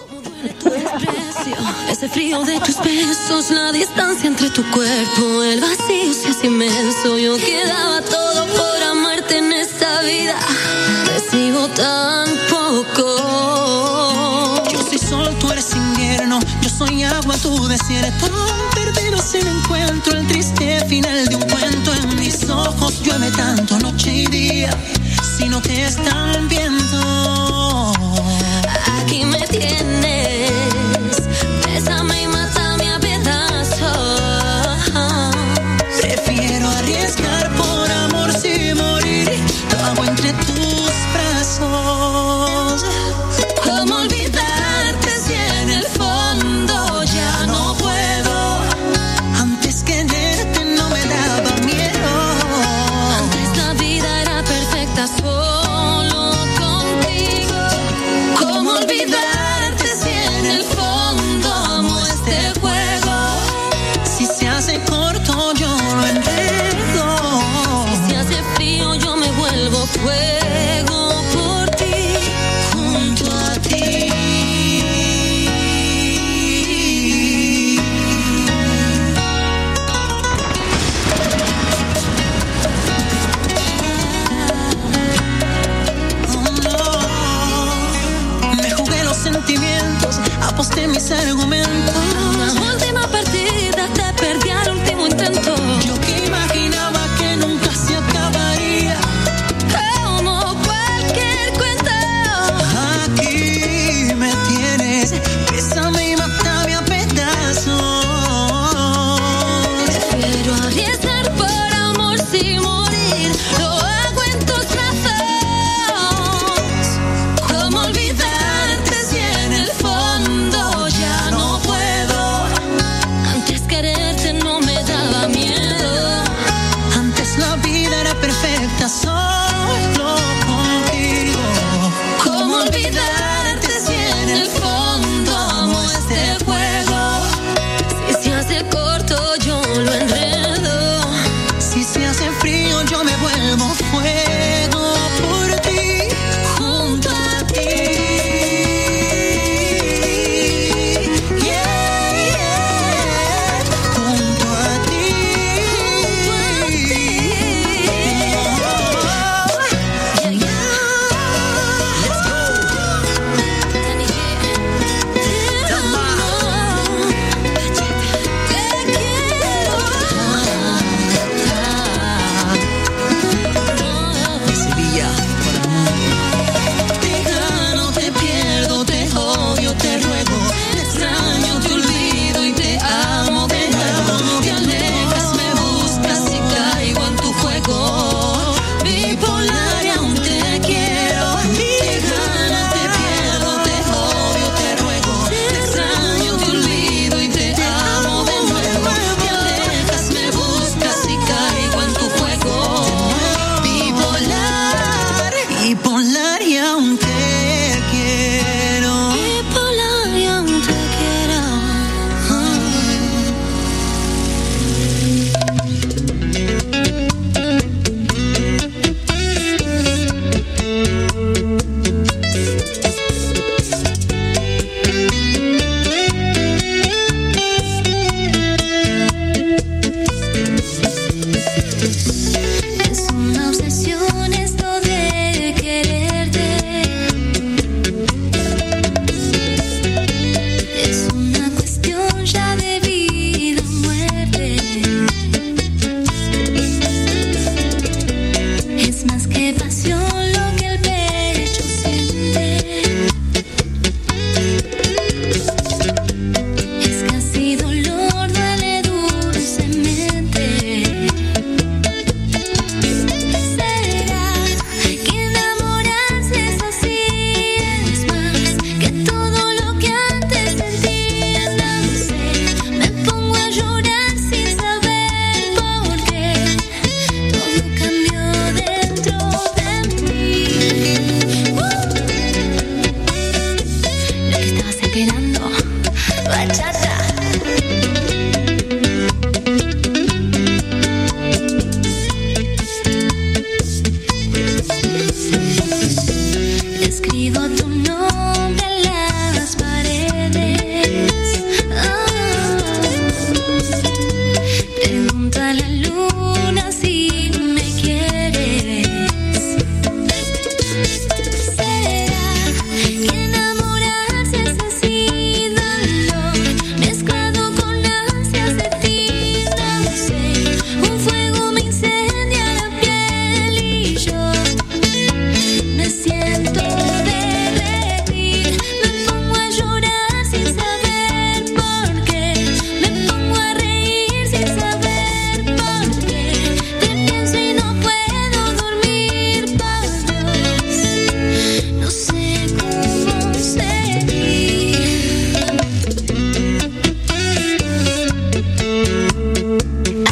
Ese frío de tus besos, la distancia entre tu cuerpo, el vacío se hace inmenso. Yo quedaba todo por amarte en esta vida, recibo tan poco. Yo soy sol, tú eres invierno. Yo soy agua, tu desierto. Perdido sin encuentro, el triste final de un cuento. En mis ojos llueve tanto noche y día, si no te están viendo. Aquí me tienes, bésame y mátame a pedazos. Prefiero arriesgar por amor sin morir. Lo hago entre tus brazos. ¿Cómo olvidarte si en el fondo ya no puedo? Antes que verte no me daba miedo. Antes la vida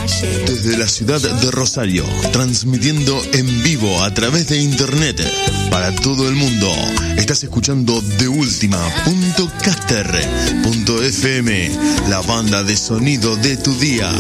Desde la ciudad de Rosario, transmitiendo en vivo a través de internet para todo el mundo. Estás escuchando de última punto caster punto f m, la banda de sonido de tu día.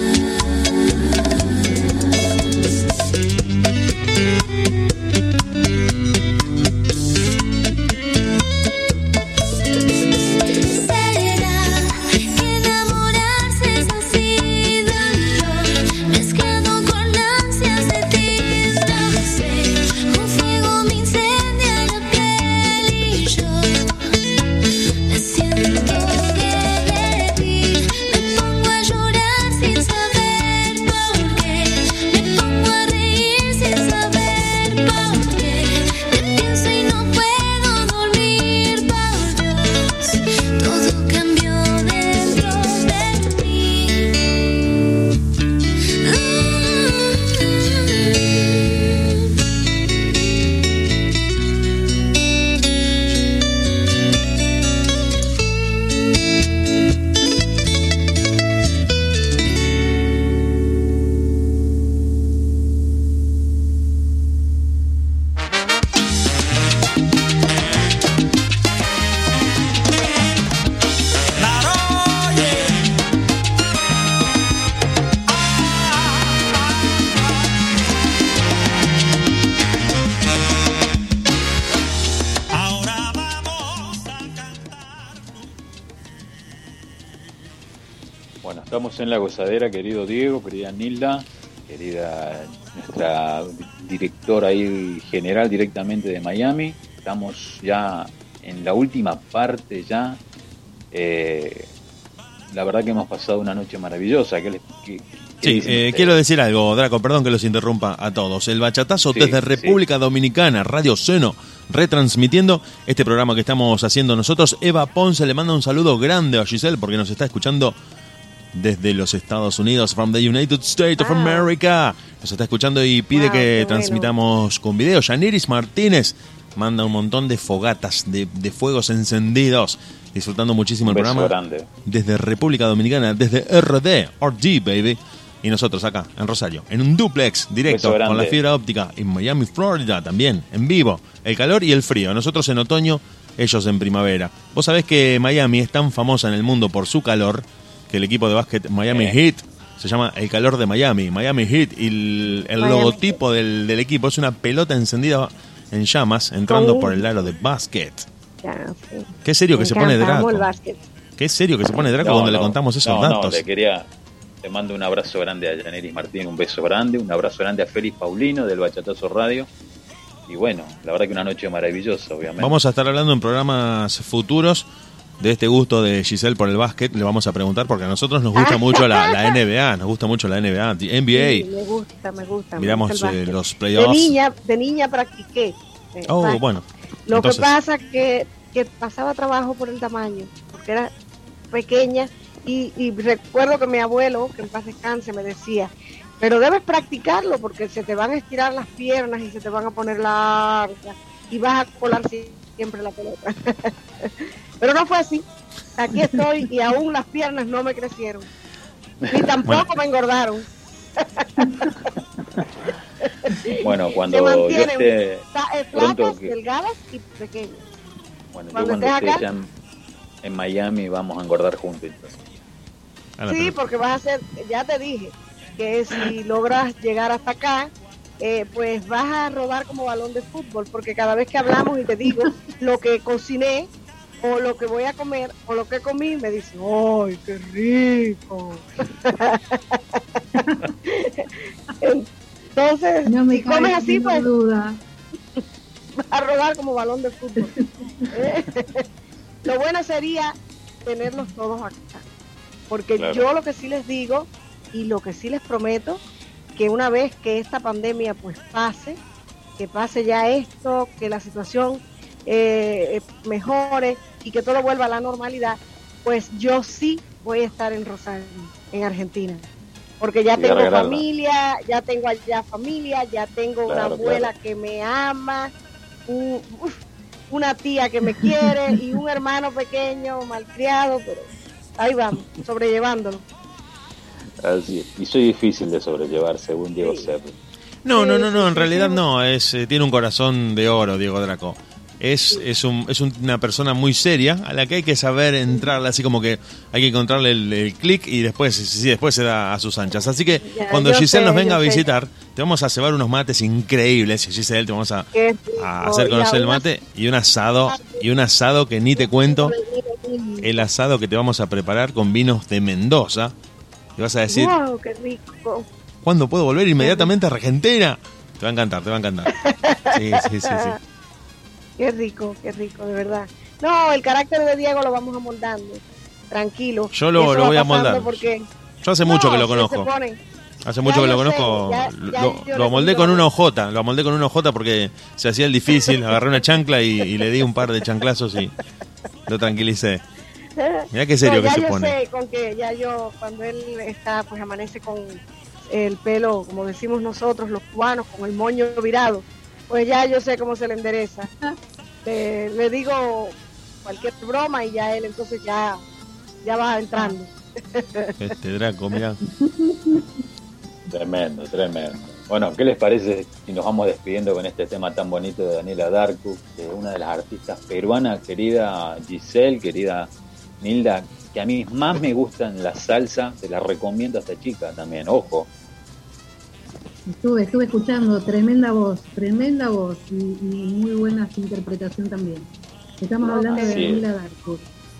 En la gozadera, querido Diego, querida Nilda, querida nuestra directora ahí general directamente de Miami. Estamos ya en la última parte ya. Eh, la verdad que hemos pasado una noche maravillosa. ¿Qué les, qué, qué sí, eh, quiero decir algo, Draco, perdón que los interrumpa a todos. El bachatazo sí, desde República sí. Dominicana, Radio Seno, retransmitiendo este programa que estamos haciendo nosotros. Eva Ponce le manda un saludo grande a Giselle porque nos está escuchando desde los Estados Unidos, from the United States of America. Nos está escuchando y pide wow, que transmitamos bueno. con video. Yaniris Martínez manda un montón de fogatas, de, de fuegos encendidos, disfrutando muchísimo el programa. Grande. Desde República Dominicana, desde R D, R D, baby. Y nosotros acá, en Rosario, en un duplex directo con la fibra óptica en Miami, Florida, también, en vivo. El calor y el frío. Nosotros en otoño, ellos en primavera. Vos sabés que Miami es tan famosa en el mundo por su calor que el equipo de básquet Miami eh. Heat se llama el calor de Miami, Miami Heat, y el, el logotipo del, del equipo es una pelota encendida en llamas entrando oh. por el aro de básquet. Ya, sí. Qué serio que se pone Draco. Qué serio que se pone Draco no, cuando no, le contamos esos no, datos. No, le quería, le mando un abrazo grande a Yaneris Martín, un beso grande, un abrazo grande a Félix Paulino del Bachatazo Radio. Y bueno, la verdad que una noche maravillosa, obviamente. Vamos a estar hablando en programas futuros de este gusto de Giselle por el básquet. Le vamos a preguntar porque a nosotros nos gusta mucho la, la N B A, nos gusta mucho la N B A, N B A. Sí, me gusta, me gusta. Miramos me gusta eh, los playoffs. De niña, de niña practiqué. Eh, oh, básquet. bueno. Lo Entonces... que pasa que que pasaba trabajo por el tamaño, porque era pequeña y, y recuerdo que mi abuelo, que en paz descanse, me decía, pero debes practicarlo porque se te van a estirar las piernas y se te van a poner largas y vas a colar siempre la pelota. Pero no fue así. Aquí estoy y aún las piernas no me crecieron. Ni tampoco bueno. me engordaron. Bueno, cuando yo esté flacas, que... delgadas y pequeñas. Bueno, cuando yo cuando esté acá, ya en, en Miami vamos a engordar juntos. Entonces. Sí, porque vas a hacer, ya te dije, que si logras llegar hasta acá, eh, pues vas a rodar como balón de fútbol, porque cada vez que hablamos y te digo lo que cociné, o lo que voy a comer, o lo que comí, me dicen, ¡ay, qué rico! Entonces, no me si comes así, pues duda. vas a rodar como balón de fútbol. Lo bueno sería tenerlos todos acá, porque claro. yo lo que sí les digo, y lo que sí les prometo, que una vez que esta pandemia pues pase, que pase ya esto, que la situación eh, mejore y que todo vuelva a la normalidad, pues yo sí voy a estar en Rosario, en Argentina, porque ya tengo familia, ya tengo allá familia, ya tengo claro, una abuela claro. que me ama, un, uf, una tía que me quiere y un hermano pequeño malcriado, pero ahí vamos, sobrellevándolo. Así es. Y soy difícil de sobrellevar, según Diego Sí. Serri. No, no, no, no, en realidad no, es eh, tiene un corazón de oro, Diego Draco. Es, es, un, es un- una persona muy seria a la que hay que saber entrarle, así como que hay que encontrarle el, el clic y después sí, sí, después se da a sus anchas. Así que Ya, cuando yo Giselle sé, nos venga yo a sé. visitar, te vamos a cebar unos mates increíbles, Giselle, te vamos a, Qué rico. a hacer conocer Y el ahora- mate y un asado, y un asado que ni te cuento, el asado que te vamos a preparar con vinos de Mendoza. Y vas a decir, Wow, qué rico. ¿cuándo puedo volver inmediatamente a Argentina? Te va a encantar, te va a encantar. Sí, sí, sí, sí. Qué rico, qué rico, de verdad. No, el carácter de Diego lo vamos amoldando. Tranquilo. Yo lo- Eso lo va voy a pasando amoldar. porque- Yo hace mucho No, que lo si se conozco. ponen- Hace Ya mucho que lo yo sé, conozco. ya- lo ya yo lo le moldé digo- con una hojota. Lo moldé con una hojota porque se hacía el difícil. Agarré una chancla y, y le di un par de chanclazos y lo tranquilicé. Mirá qué serio No, que ya se yo pone. sé con que ya yo, cuando él está, pues amanece con el pelo, como decimos nosotros, los cubanos, con el moño virado, pues ya yo sé cómo se le endereza. Le, le digo cualquier broma y ya él entonces ya, ya va entrando. Este Draco, mirá. Tremendo, tremendo. Bueno, ¿qué les parece si nos vamos despidiendo con este tema tan bonito de Daniela Darku, que es una de las artistas peruanas, querida Giselle, querida Nilda, que a mí más me gusta en la salsa, se la recomiendo a esta chica también, ojo. Estuve, estuve escuchando, tremenda voz, tremenda voz y, y muy buena su interpretación también. Estamos No, hablando de sí. Daniela Darko.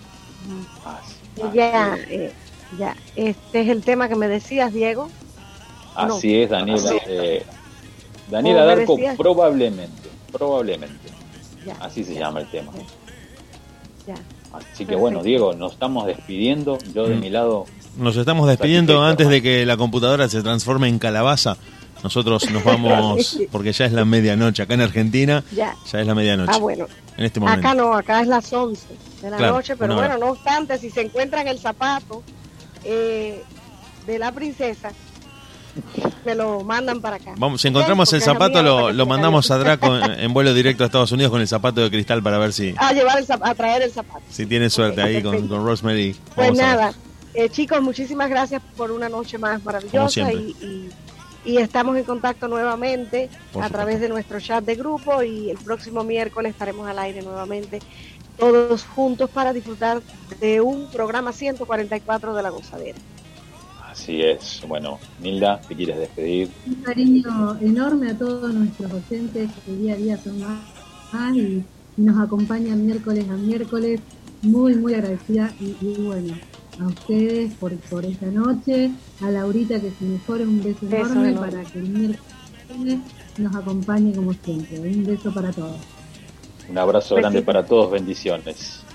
Y ya, eh, ya, este es el tema que me decías, Diego. No. Así es, Daniela. Eh, Daniela Como me Darko, decías. probablemente, probablemente. Ya, Así se llama el tema. ya. Así que bueno, Diego, nos estamos despidiendo. Yo de Mm. mi lado, Nos estamos despidiendo antes de que la computadora se transforme en calabaza. Nosotros nos vamos porque ya es la medianoche. Acá en Argentina Ya. ya es la medianoche. Ah, bueno. En este momento. Acá no, acá es las once de la Claro, noche, pero una hora. bueno, no obstante, si se encuentran el zapato eh, de la princesa, me lo mandan para acá. Vamos, si encontramos Porque el es la zapato, mía, lo, para que lo se mandamos a caiga. Draco en, en vuelo directo a Estados Unidos con el zapato de cristal para ver si, A llevar el zap- a traer el zapato. si tiene suerte Ok, ahí con, perfecto. con Rosemary. Pues Vamos a ver. nada, eh, chicos, muchísimas gracias por una noche más maravillosa siempre. y, y, y estamos en contacto nuevamente Por a supuesto. través de nuestro chat de grupo y el próximo miércoles estaremos al aire nuevamente todos juntos para disfrutar de un programa ciento cuarenta y cuatro de La Gozadera. así es. Bueno, Nilda, ¿te quieres despedir? Un cariño enorme a todos nuestros oyentes que día a día son más, más y, y nos acompañan miércoles a miércoles. Muy, muy agradecida y, y bueno, a ustedes por, por esta noche, a Laurita que se mejore, un beso, Beso enorme, enorme. para que el miércoles nos acompañe como siempre. Un beso para todos. Un abrazo Besito. grande para todos, bendiciones.